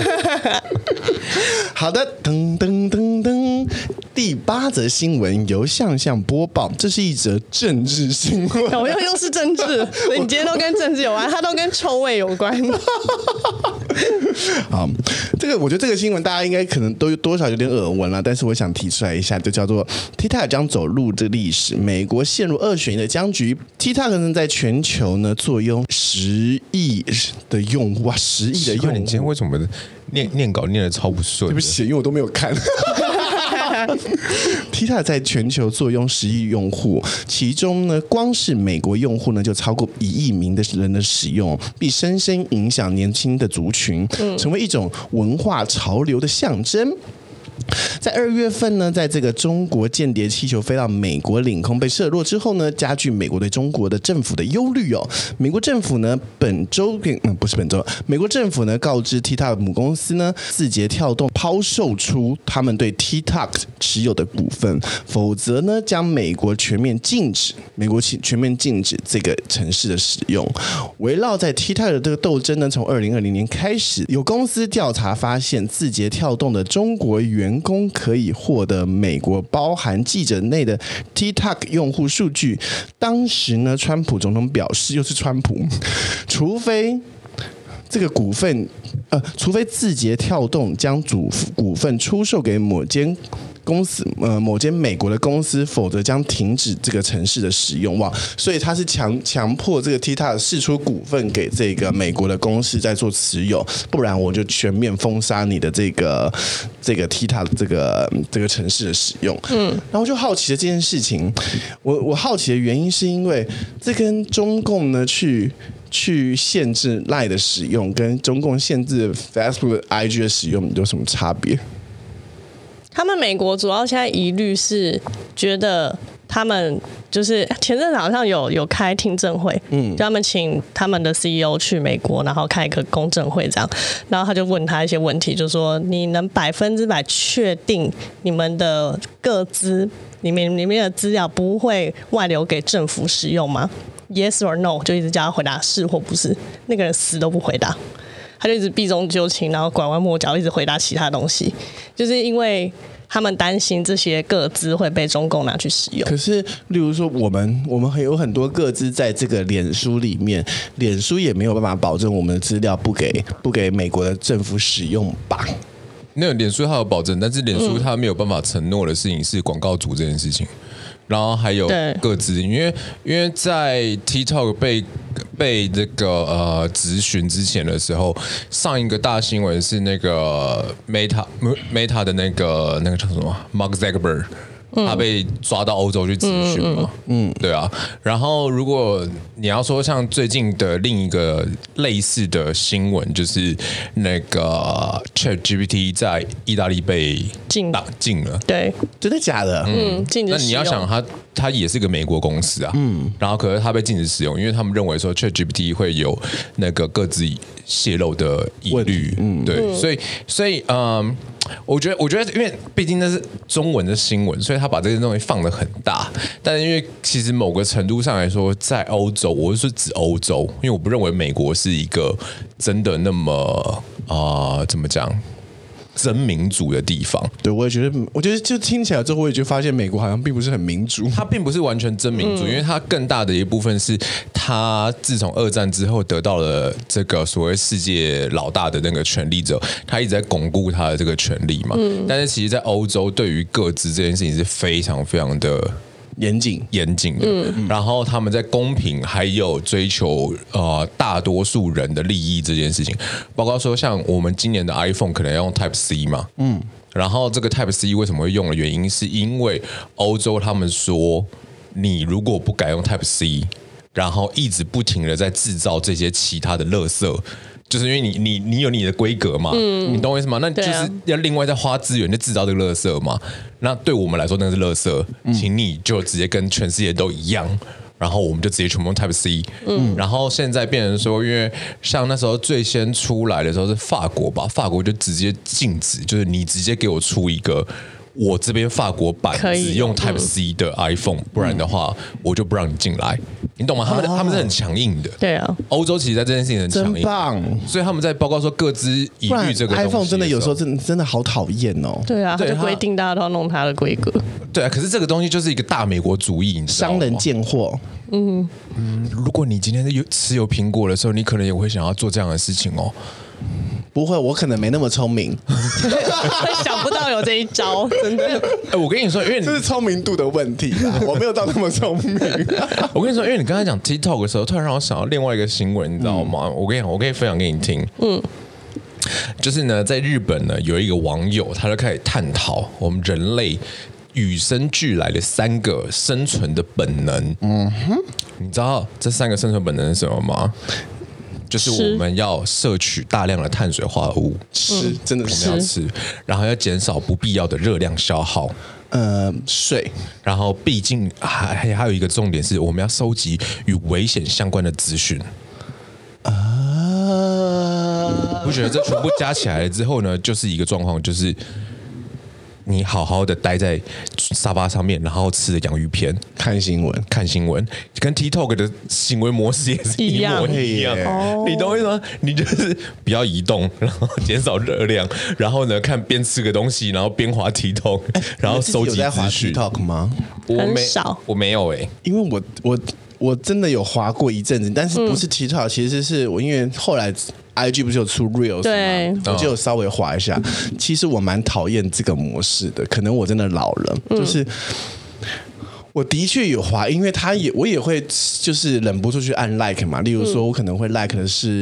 S3: 好的，噔噔噔噔，第八则新闻由向向播报，这是一则政治新闻。
S2: 我又又是政治，所以你今天都跟政治有关，它都跟臭味有关。
S3: 好，这个我觉得这个新闻大家应该可能都多少有点耳闻了，但是我想提出来一下，就叫做 TikTok 将走入这历史，美国陷入二选一的僵局。TikTok 呢在全球呢坐拥十亿的用户啊，十亿的用户。
S1: 你今天为什么念念稿念得超不顺？
S3: 对不起，因为我都没有看。TikTok 在全球坐拥十亿用户，其中呢，光是美国用户呢就超过一亿名的人的使用，并深深影响年轻的族群，成为一种文化潮流的象征。在二月份呢，在这个中国间谍气球飞到美国领空被射落之后呢，加剧美国对中国的政府的忧虑哦。美国政府呢，本周嗯不是本周，美国政府呢告知 TikTok 母公司呢，字节跳动抛售出他们对 TikTok 持有的股份，否则呢将美国全面禁止美国全面禁止这个城市的使用。围绕在 TikTok 的这个斗争呢，从二零二零年开始，有公司调查发现，字节跳动的中国员员工可以获得美国包含记者内的 TikTok 用户数据。当时呢，川普总统表示，又是川普，除非这个股份，呃，除非字节跳动将主股份出售给某间公司，呃，某间美国的公司，否则将停止这个城市的使用。哇，所以他是强强迫这个 TikTok 释出股份给这个美国的公司在做持有，不然我就全面封杀你的这个这个 TikTok 这个这个城市的使用。嗯，然后就好奇的这件事情，我我好奇的原因是因为这跟中共呢去。去限制 Line 的使用，跟中共限制 Facebook、I G 的使用有什么差别？
S2: 他们美国主要现在疑虑是觉得他们就是前阵子好像有有开听证会，嗯，就他们请他们的 C E O 去美国，然后开一个公证会这样，然后他就问他一些问题，就说你能百分之百确定你们的个资里面里面的资料不会外流给政府使用吗？ Yes or no， 就一直叫他回答是或不是，那个人死都不回答，他就一直避重就轻，然后拐弯抹角，一直回答其他东西，就是因为他们担心这些个资会被中共拿去使用。
S3: 可是，例如说，我们我们有很多个资在这个脸书里面，脸书也没有办法保证我们的资料不给不给美国的政府使用吧？
S1: 那个脸书它有保证，但是脸书它没有办法承诺的事情是广告主这件事情。然后还有个资，因为因为在 TikTok 被被这个呃质询之前的时候，上一个大新闻是那个 Meta Meta 的那个那个叫什么 Mark Zuckerberg。他被抓到欧洲去质询嘛，嗯，对啊。然后如果你要说像最近的另一个类似的新闻，就是那个 ChatGPT 在意大利被
S2: 禁
S1: 挡禁了，
S2: 对，
S3: 真的假的？
S2: 嗯，禁止使用。
S1: 那你要想它，它也是个美国公司啊，嗯，然后可是它被禁止使用，因为他们认为说 ChatGPT 会有那个各自泄露的疑虑，嗯，对，所以所以嗯。我觉得，我觉得，因为毕竟那是中文的新闻，所以他把这些东西放得很大。但是因为其实某个程度上来说，在欧洲，我是指欧洲，因为我不认为美国是一个真的那么啊、呃，怎么讲？真民主的地方，
S3: 对我也觉得，我觉得就听起来之后，我也就发现美国好像并不是很民主。
S1: 它并不是完全真民主，嗯、因为它更大的一部分是它自从二战之后得到了这个所谓世界老大的那个权利之后，它一直在巩固它的这个权利嘛。嗯、但是其实，在欧洲对于个资这件事情是非常非常的。
S3: 严谨
S1: 严谨的，嗯、然后他们在公平还有追求呃大多数人的利益这件事情，包括说像我们今年的 iPhone 可能要用 Type C 嘛，嗯，然后这个 Type C 为什么会用的原因，是因为欧洲他们说，你如果不改用 Type C， 然后一直不停的在制造这些其他的垃圾。就是因为你你你有你的规格嘛，嗯、你懂我意思吗？那就是要另外再花资源去制造这个垃圾嘛。那对我们来说那是垃圾，嗯、请你就直接跟全世界都一样，然后我们就直接全部用 Type C。嗯，然后现在变成说，因为像那时候最先出来的时候是法国吧，法国就直接禁止，就是你直接给我出一个。我这边法国版只用 Type C 的 iPhone，、嗯、不然的话我就不让你进来，你懂吗？他们、哦、他们是很强硬的，
S2: 对啊。
S1: 欧洲其实在这件事情很强硬，
S3: 真棒。
S1: 所以他们在报告说各自疑虑这个东西
S3: ，iPhone 真的有时候真的真的好讨厌哦。
S2: 对啊，他就规定大家都要弄它的规格。
S1: 对啊，可是这个东西就是一个大美国主义，你知道吗？
S3: 商人贱货。
S2: 嗯
S1: 嗯，如果你今天有持有苹果的时候，你可能也会想要做这样的事情哦。
S3: 不会，我可能没那么聪明，
S2: 想不到有这一招，真的。
S1: 哎，我跟你说，因为你
S3: 这是聪明度的问题啦，我没有到那么聪明。
S1: 我跟你说，因为你刚才讲 TikTok 的时候，突然让我想到另外一个新闻，你知道吗？嗯、我跟你讲，我可以分享给你听。嗯，就是呢，在日本呢，有一个网友，他就开始探讨我们人类与生俱来的三个生存的本能。嗯哼，你知道这三个生存本能是什么吗？就是我们要摄取大量的碳水化合物，
S3: 吃真的
S1: 我们要吃，然后要减少不必要的热量消耗，
S3: 呃，睡，
S1: 然后毕竟还还有一个重点是，我们要收集与危险相关的资讯。啊，我觉得这全部加起来了之后呢，就是一个状况，就是你好好的待在沙发上面，然后吃的洋芋片，
S3: 看新闻，
S1: 看新闻，跟 TikTok 的行为模式也是一模一样。你懂我意思吗？你就是不要移动，然后减少热量，然后呢，看边吃个东西，然后边滑 TikTok，然后收集资讯。
S3: TikTok 吗？
S1: 我没
S2: 很少，
S1: 我没有哎、欸，
S3: 因为我我我真的有滑过一阵子，但是不是 TikTok，、嗯、其实是我因为后来。I G 不是有出 Reels 吗？
S2: 对，
S3: 我就有稍微滑一下。其实我蛮讨厌这个模式的，可能我真的老了，嗯、就是我的确有滑，因为他也我也会就是忍不住去按 like 嘛。例如说，我可能会 like 的是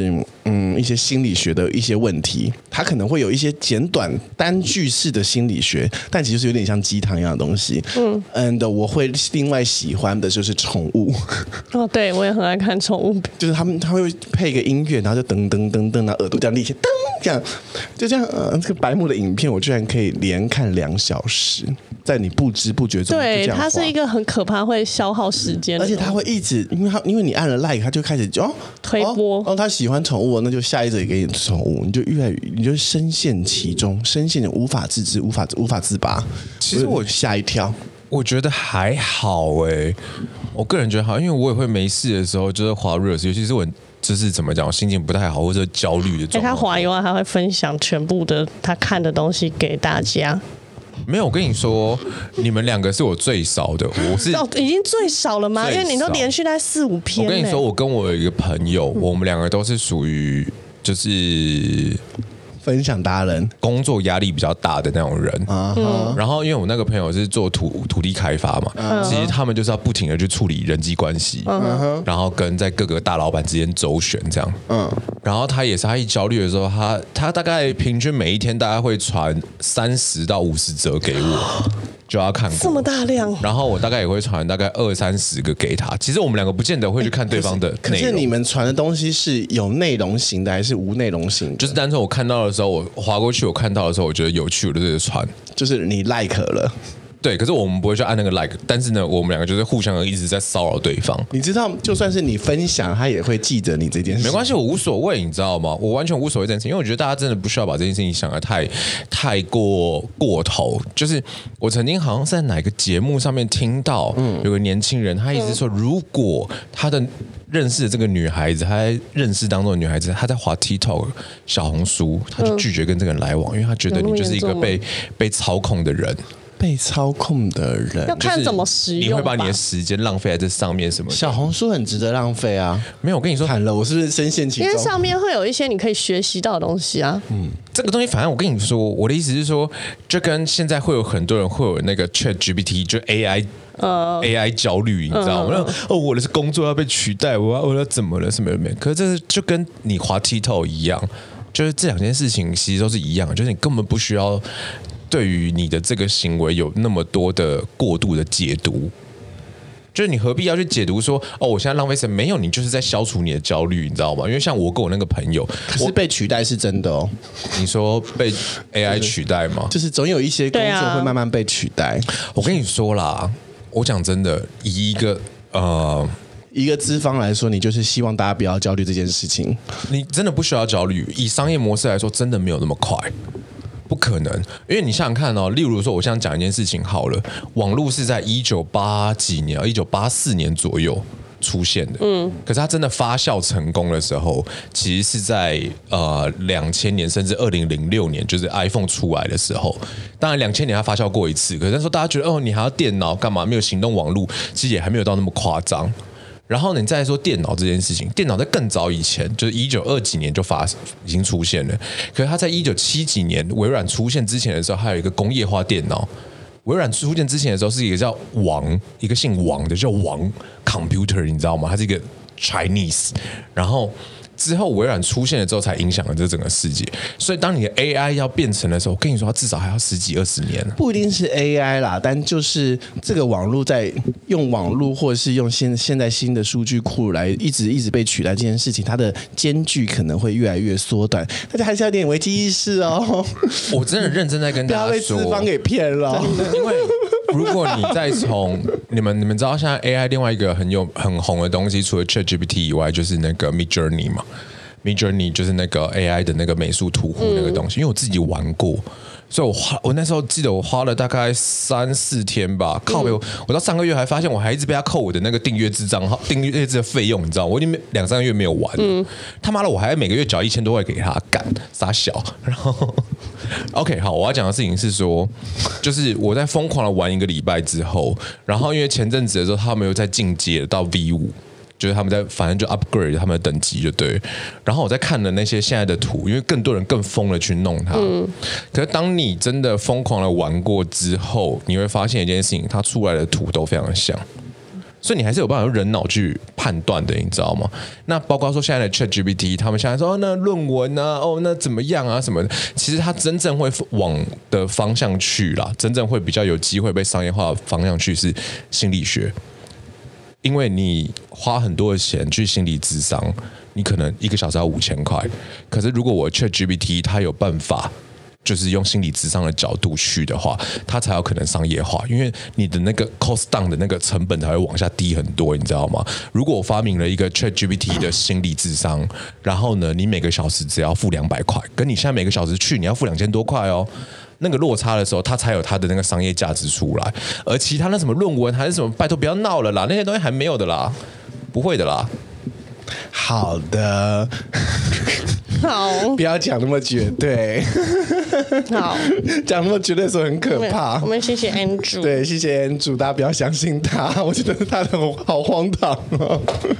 S3: 嗯一些心理学的一些问题，它可能会有一些简短单句式的心理学，但其实是有点像鸡汤一样的东西。嗯，and 我会另外喜欢的就是宠物。
S2: 哦，对我也很爱看宠物，
S3: 就是他们他会配一个音乐，然后就噔噔噔噔，然后耳朵这样立起，噔这样，就这样。呃，这个白目的影片，我居然可以连看两小时，在你不知不觉中，
S2: 对，它是一个很可怕，会消耗时间，
S3: 而且它会一直，因为它因为你按了 like， 它就开始就哦
S2: 推播，
S3: 哦，哦他喜欢宠物，那就下一则也给你宠物，你就越来越，你就深陷其中，深陷无法自知，无法无法自拔。
S1: 其实我
S3: 吓一跳。
S1: 我觉得还好哎、欸，我个人觉得好，因为我也会没事的时候就是滑 reels， 尤其是我就是怎么讲，我心情不太好或者焦虑的状况。
S2: 他滑以外还会分享全部的他看的东西给大家。
S1: 没有，我跟你说，你们两个是我最少的，我是、
S2: 哦、已经最少了吗？因为你都连续在四五篇、欸。
S1: 我跟你说，我跟我有一个朋友，嗯、我们两个都是属于就是。
S3: 分享达人，
S1: 工作压力比较大的那种人，嗯、然后因为我那个朋友是做土土地开发嘛，嗯、其实他们就是要不停的去处理人际关系，嗯、然后跟在各个大老板之间周旋这样，嗯、然后他也是，他一焦虑的时候，他他大概平均每一天大概会传三十到五十则给我。就要看过
S2: 这么大量，
S1: 然后我大概也会传大概二三十个给他。其实我们两个不见得会去看对方的内容。
S3: 可是你们传的东西是有内容型的还是无内容型的？
S1: 就是单纯我看到的时候，我滑过去，我看到的时候，我觉得有趣，我就直接传。
S3: 就是你 like 了。
S1: 对，可是我们不会去按那个 like， 但是呢，我们两个就是互相的一直在骚扰对方。
S3: 你知道，就算是你分享，他也会记得你这件事。
S1: 没关系，我无所谓，你知道吗？我完全无所谓这件事情，因为我觉得大家真的不需要把这件事情想得太太过过头。就是我曾经好像是在哪个节目上面听到，嗯，有个年轻人，他一直说，如果他的认识的这个女孩子，他在认识当中的女孩子，他在滑 TikTok 小红书，他就拒绝跟这个人来往，因为他觉得你就是一个被被操控的人。
S3: 被操控的人
S2: 要看怎么使用，
S1: 你会把你的时间浪费在这上面什么的？
S3: 小红书很值得浪费啊！
S1: 没有，我跟你说，
S3: 惨了，我是不是深陷其中？
S2: 因为上面会有一些你可以学习到的东西啊。
S1: 嗯，这个东西，反正我跟你说，我的意思是说，就跟现在会有很多人会有那个 Chat G P T， 就 A I，呃 ，A I 焦虑，你知道吗？嗯、哦，我的工作要被取代，我要我要怎么了？什么没？可是这就跟你滑 TikTok 一样，就是这两件事情其实都是一样，就是你根本不需要。对于你的这个行为有那么多的过度的解读，就是你何必要去解读说哦，我现在浪费时间？没有，你就是在消除你的焦虑，你知道吗？因为像我跟我那个朋友，
S3: 可是被取代是真的哦。
S1: 你说被 A I 取代吗？
S3: 就是总有一些工作会慢慢被取代。
S1: 我跟你说啦，我讲真的，以一个呃。
S3: 一个资方来说，你就是希望大家不要焦虑这件事情。
S1: 你真的不需要焦虑。以商业模式来说，真的没有那么快。不可能，因为你想想看哦，例如说，我现在讲一件事情好了，网络是在一九八几年、一九八四年左右出现的，嗯，可是它真的发酵成功的时候，其实是在呃两千年甚至二零零六年，就是 iPhone 出来的时候。当然，两千年它发酵过一次，可是那时候大家觉得哦，你还要电脑干嘛？没有行动网络，其实也还没有到那么夸张。然后你再说电脑这件事情，电脑在更早以前，就是一九二几年就发已经出现了。可是它在一九七几年微软出现之前的时候，还有一个工业化电脑。微软出现之前的时候，是一个叫王，一个姓王的叫王 Computer， 你知道吗？它是一个 Chinese， 然后。之后微软出现了之后，才影响了这整个世界。所以当你的 A I 要变成的时候，我跟你说，它至少还要十几二十年。
S3: 不一定是 A I 啦，但就是这个网络在用网络，或者是用现现在新的数据库来一直一直被取代这件事情，它的间距可能会越来越缩短。大家还是要有点危机意识哦。
S1: 我真的认真在跟大家说，
S3: 不要被资方给骗了。
S1: 因为如果你再从你们你们知道，现在 A I 另外一个很有很红的东西，除了 ChatGPT 以外，就是那个 Midjourney 嘛。Midjourney 就是那个 A I 的那个美术图库那个东西，因为我自己玩过，所以我花我那时候记得我花了大概三四天吧，靠我，我到上个月还发现我还一直被他扣我的那个订阅制账号、订阅制的费用，你知道吗？我已经两三个月没有玩了，嗯、他妈的，我还每个月缴一千多块给他，干傻小。然后 ，OK， 好，我要讲的事情是说，就是我在疯狂的玩一个礼拜之后，然后因为前阵子的时候，他们又在进阶到 V 五。就是他们在，反正就 upgrade 他们的等级就对。然后我在看了那些现在的图，因为更多人更疯了去弄它。嗯、可是当你真的疯狂的玩过之后，你会发现一件事情，它出来的图都非常的像。 所以你还是有办法用人脑去判断的，你知道吗？那包括说现在的 ChatGPT， 他们现在说、哦、那论文啊，哦那怎么样啊什么的，其实它真正会往的方向去啦，真正会比较有机会被商业化的方向去是心理学，因为你花很多的钱去心理咨商，你可能一个小时要五千块，可是如果我 ChatGPT 它有办法。就是用心理咨商的角度去的话，它才有可能商业化，因为你的那个 cost down 的那个成本才会往下低很多，你知道吗？如果我发明了一个 ChatGPT 的心理咨商，然后呢，你每个小时只要付两百块，跟你现在每个小时去你要付两千多块哦，那个落差的时候，它才有它的那个商业价值出来。而其他那什么论文还是什么，拜托不要闹了啦，那些东西还没有的啦，不会的啦。
S3: 好的。
S2: 好，
S3: 不要讲那么绝对。
S2: 好，
S3: 讲那么绝对的时候很可怕。
S2: 我们谢谢 Andrew。
S3: 对，谢谢 Andrew， 大家不要相信他，我觉得他的好荒唐哦。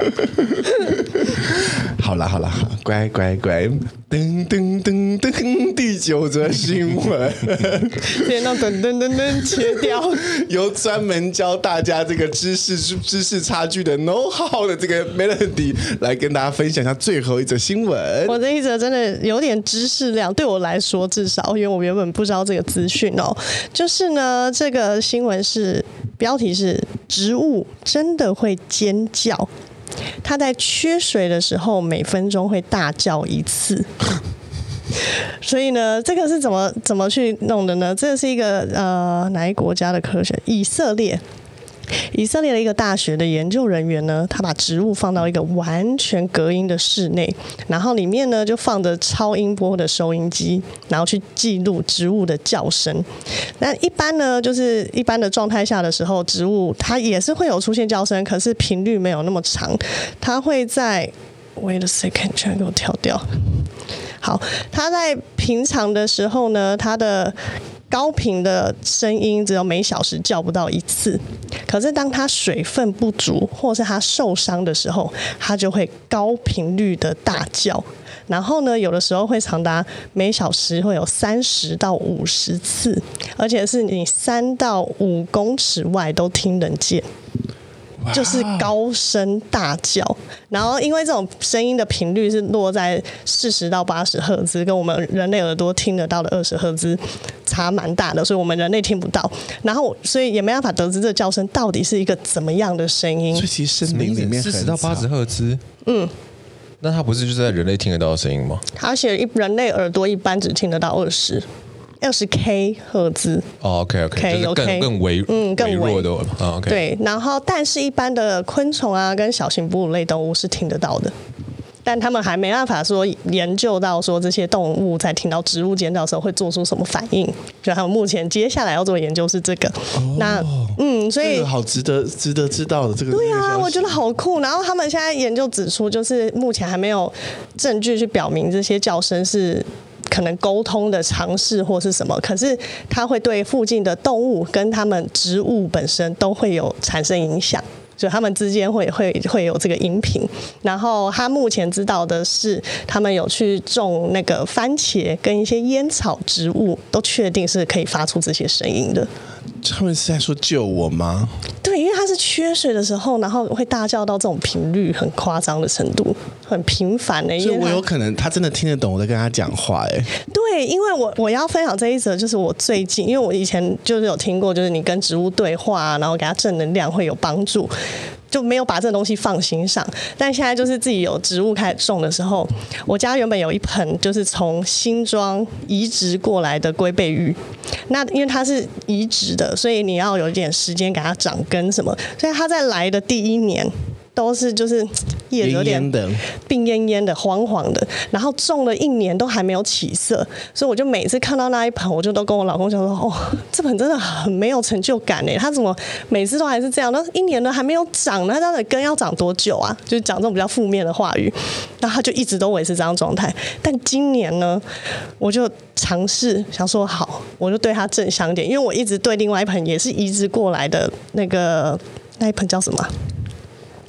S3: 好啦好啦，乖乖乖，噔噔噔噔，第九则新闻，
S2: 天到噔噔噔噔切掉，
S3: 由专门教大家这个知识知识差距的 know how 的这个 Melody 来跟大家分享一下最后一则新闻。
S2: 我这一则真的有点知识量，对我来说至少，因为我原本不知道这个资讯哦。就是呢，这个新闻是标题是“植物真的会尖叫”。它在缺水的时候，每分钟会大叫一次。所以呢，这个是怎么怎么去弄的呢？这是一个呃哪一国家的科学？以色列。以色列的一个大学的研究人员呢，他把植物放到一个完全隔音的室内，然后里面呢就放着超音波的收音机，然后去记录植物的叫声。那一般呢，就是一般的状态下的时候，植物它也是会有出现叫声，可是频率没有那么长，它会在 wait a second， 全给我跳掉。好，它在平常的时候呢，它的高频的声音只有每小时叫不到一次，可是当它水分不足或是它受伤的时候，它就会高频率的大叫。然后呢，有的时候会长达每小时会有三十到五十次，而且是你三到五公尺外都听得见。就是高声大叫，然后因为这种声音的频率是落在四十到八十赫兹，跟我们人类耳朵听得到的二十赫兹差蛮大的，所以我们人类听不到。然后所以也没办法得知这叫声到底是一个怎么样的声音。
S3: 所以其实森林里面
S1: 四十到八十赫兹，嗯，那它不是就是在人类听得到的声音吗？
S2: 而且人类耳朵一般只听得到二十。二十 K 赫兹
S1: 哦 ，OK OK， 就是更更微嗯更微弱的、哦、OK
S2: 对，然后但是一般的昆虫啊跟小型哺乳类动物是听得到的，但他们还没办法说研究到说这些动物在听到植物尖叫的时候会做出什么反应，所以他们目前接下来要做的研究是这个。哦、那嗯，所以、
S3: 这个、好值得值得知道的这个。
S2: 对啊，我觉得好酷。然后他们现在研究指出，就是目前还没有证据去表明这些叫声是可能沟通的尝试或是什么，可是它会对附近的动物跟它们植物本身都会有产生影响，所以它们之间会会会有这个音频。然后他目前知道的是，他们有去种那个番茄跟一些烟草植物，都确定是可以发出这些声音的。
S3: 他们是在说救我吗？
S2: 对，因为它是缺水的时候，然后会大叫到这种频率很夸张的程度，很频繁的、欸。
S3: 所以我有可能他真的听得懂我在跟他讲话、欸，哎。
S2: 对，因为我我要分享这一则，就是我最近，因为我以前就是有听过，就是你跟植物对话，然后给它正能量会有帮助。就没有把这个东西放心上，但现在就是自己有植物开始种的时候，我家原本有一盆就是从新庄移植过来的龟背芋，那因为它是移植的，所以你要有一点时间给它长根什么，所以它在来的第一年都是就是叶有点病恹恹的、黄黄的，然后种了一年都还没有起色，所以我就每次看到那一盆，我就都跟我老公讲说：“哦，这盆真的很没有成就感哎，它怎么每次都还是这样？那一年都还没有长呢，它的根要长多久啊？”就是讲这种比较负面的话语，那他就一直都维持这样状态。但今年呢，我就尝试想说好，我就对它正向一点，因为我一直对另外一盆也是移植过来的那个那一盆叫什么？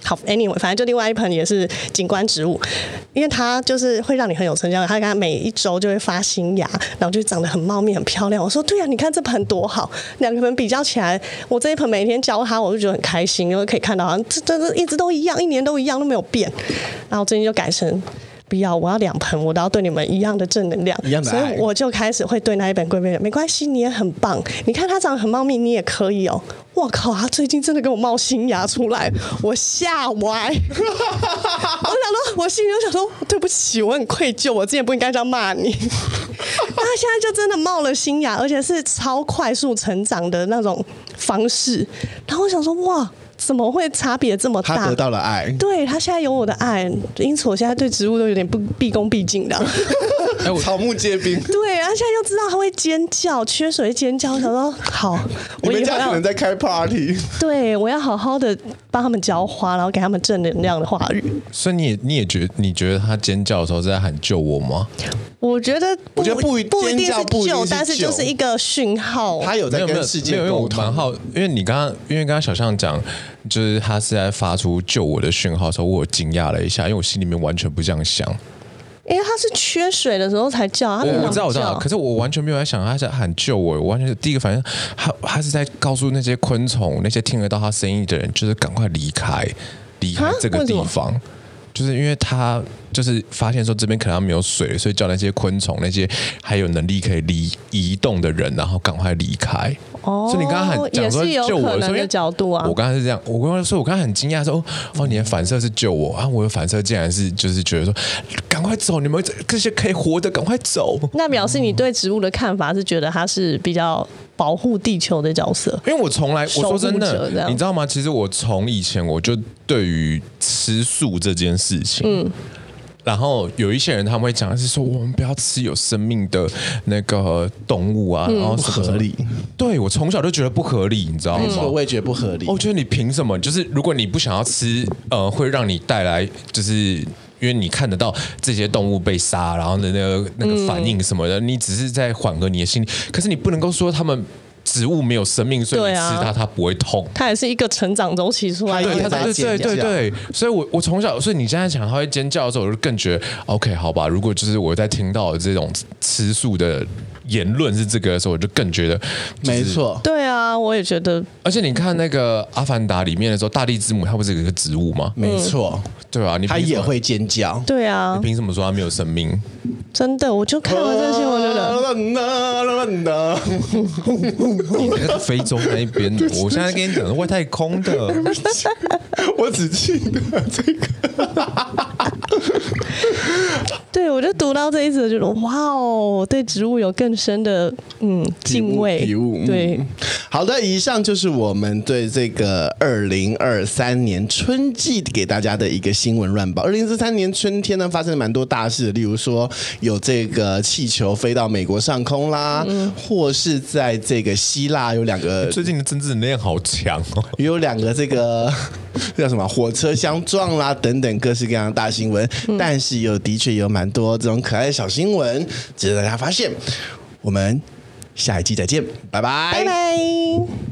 S2: 好 ，anyway， 反正就另外一盆也是景观植物，因为它就是会让你很有成就感。它它每一周就会发新芽，然后就长得很茂密、很漂亮。我说对啊，你看这盆多好，两个盆比较起来，我这一盆每天浇它，我就觉得很开心，因为可以看到好像这这这一直都一样，一年都一样都没有变。然后最近就改成。不要，我要两盆，我都要对你们一样的正能量，
S3: 一样的爱，
S2: 所以我就开始会对那一本龟背人，没关系，你也很棒，你看它长得很茂密，你也可以哦。我靠，它最近真的给我冒新芽出来，我吓歪。我想说，我心里就想说，对不起，我很愧疚，我之前不应该这样骂你。它现在就真的冒了新芽，而且是超快速成长的那种方式。然后我想说，哇。怎么会差别这么大？
S3: 他得到了爱，
S2: 对他现在有我的爱，因此我现在对植物都有点不毕恭毕敬的。
S3: 草木皆兵。
S2: 对，然后现在又知道他会尖叫，缺水会尖叫，我想说好，
S3: 你们家可能在开 party。
S2: 对，我要好好的帮他们浇花，然后给他们正能量的话语。
S1: 所以你也你也觉得你觉得他尖叫的时候是在喊救我吗？
S2: 我觉得
S3: 我觉得不
S2: 不一定是救，
S3: 不一定是
S2: 但是就是一个讯号。
S3: 他有在
S1: 没有没有
S3: 跟世界
S1: 没有，因为
S3: 沟通。
S1: 我蛮好，因为你刚刚因为刚刚小象讲，就是他是在发出救我的讯号的时候，我有惊讶了一下，因为我心里面完全不这样想。
S2: 因为他是缺水的时候才叫，他
S1: 我知道我知道，可是我完全没有在想他在喊救我，我完全是第一个反应，他他是在告诉那些昆虫，那些听得到他声音的人，就是赶快离开，离开这个地方。就是因为他就是发现说这边可能没有水，所以叫那些昆虫、那些还有能力可以离移动的人，然后赶快离开。哦，所以你刚刚很讲说救我的
S2: 的角度啊，
S1: 我刚才是这样，我刚刚说，我刚才很惊讶说，哦，你的反射是救我啊，我的反射竟然是就是觉得说，赶快走，你们这些可以活的，赶快走。
S2: 那表示你对植物的看法是觉得它是比较保护地球的角色，
S1: 因为我从来我说真的，你知道吗？其实我从以前我就对于吃素这件事情，嗯。然后有一些人他们会讲的是说，我们不要吃有生命的那个动物啊，嗯、然后
S3: 不合理。
S1: 对我从小就觉得不合理，你知道吗？
S3: 我也觉得不合理。
S1: 我觉得你凭什么？就是如果你不想要吃，呃，会让你带来就是。因为你看得到这些动物被杀，然后的那个那个反应什么的，嗯、你只是在缓和你的心理，可是你不能够说他们植物没有生命，所以你吃它、啊、它不会痛。
S2: 它也是一个成长周期出来的，
S3: 对，它
S1: 对对对对。所以我我从小，所以你现在讲它会尖叫的时候，我就更觉得 OK， 好吧。如果就是我在听到这种吃素的言论是这个的时候，我就更觉得、就是、
S3: 没错。
S2: 对啊，我也觉得。
S1: 而且你看那个《阿凡达》里面的时候，大地之母它不是有一个植物吗？
S3: 没错，
S1: 对啊，你
S3: 它也会尖叫。
S2: 对啊，
S1: 你凭什么说它没有生命？
S2: 真的，我就看完这个新闻，觉得。
S1: 你那个非洲那一边的，我现在跟你讲的外太空的，
S3: 我只记得这个。
S2: 对，我就读到这一则，觉得哇哦，对植物有更深的嗯敬畏
S3: 体悟。
S2: 对、
S3: 嗯，好的，以上就是我们对这个二零二三年春季给大家的一个新闻乱报。二零二三年春天呢，发生了蛮多大事，例如说有这个气球飞到美国上空啦，嗯、或是在这个希腊有两个
S1: 最近的政治能量好强哦，
S3: 有两个这个叫什么火车相撞啦等等各式各样的大新闻，嗯、但是有的确有蛮多这种可爱的小新闻值得大家发现。我们下一季再见，拜拜，
S2: 拜拜。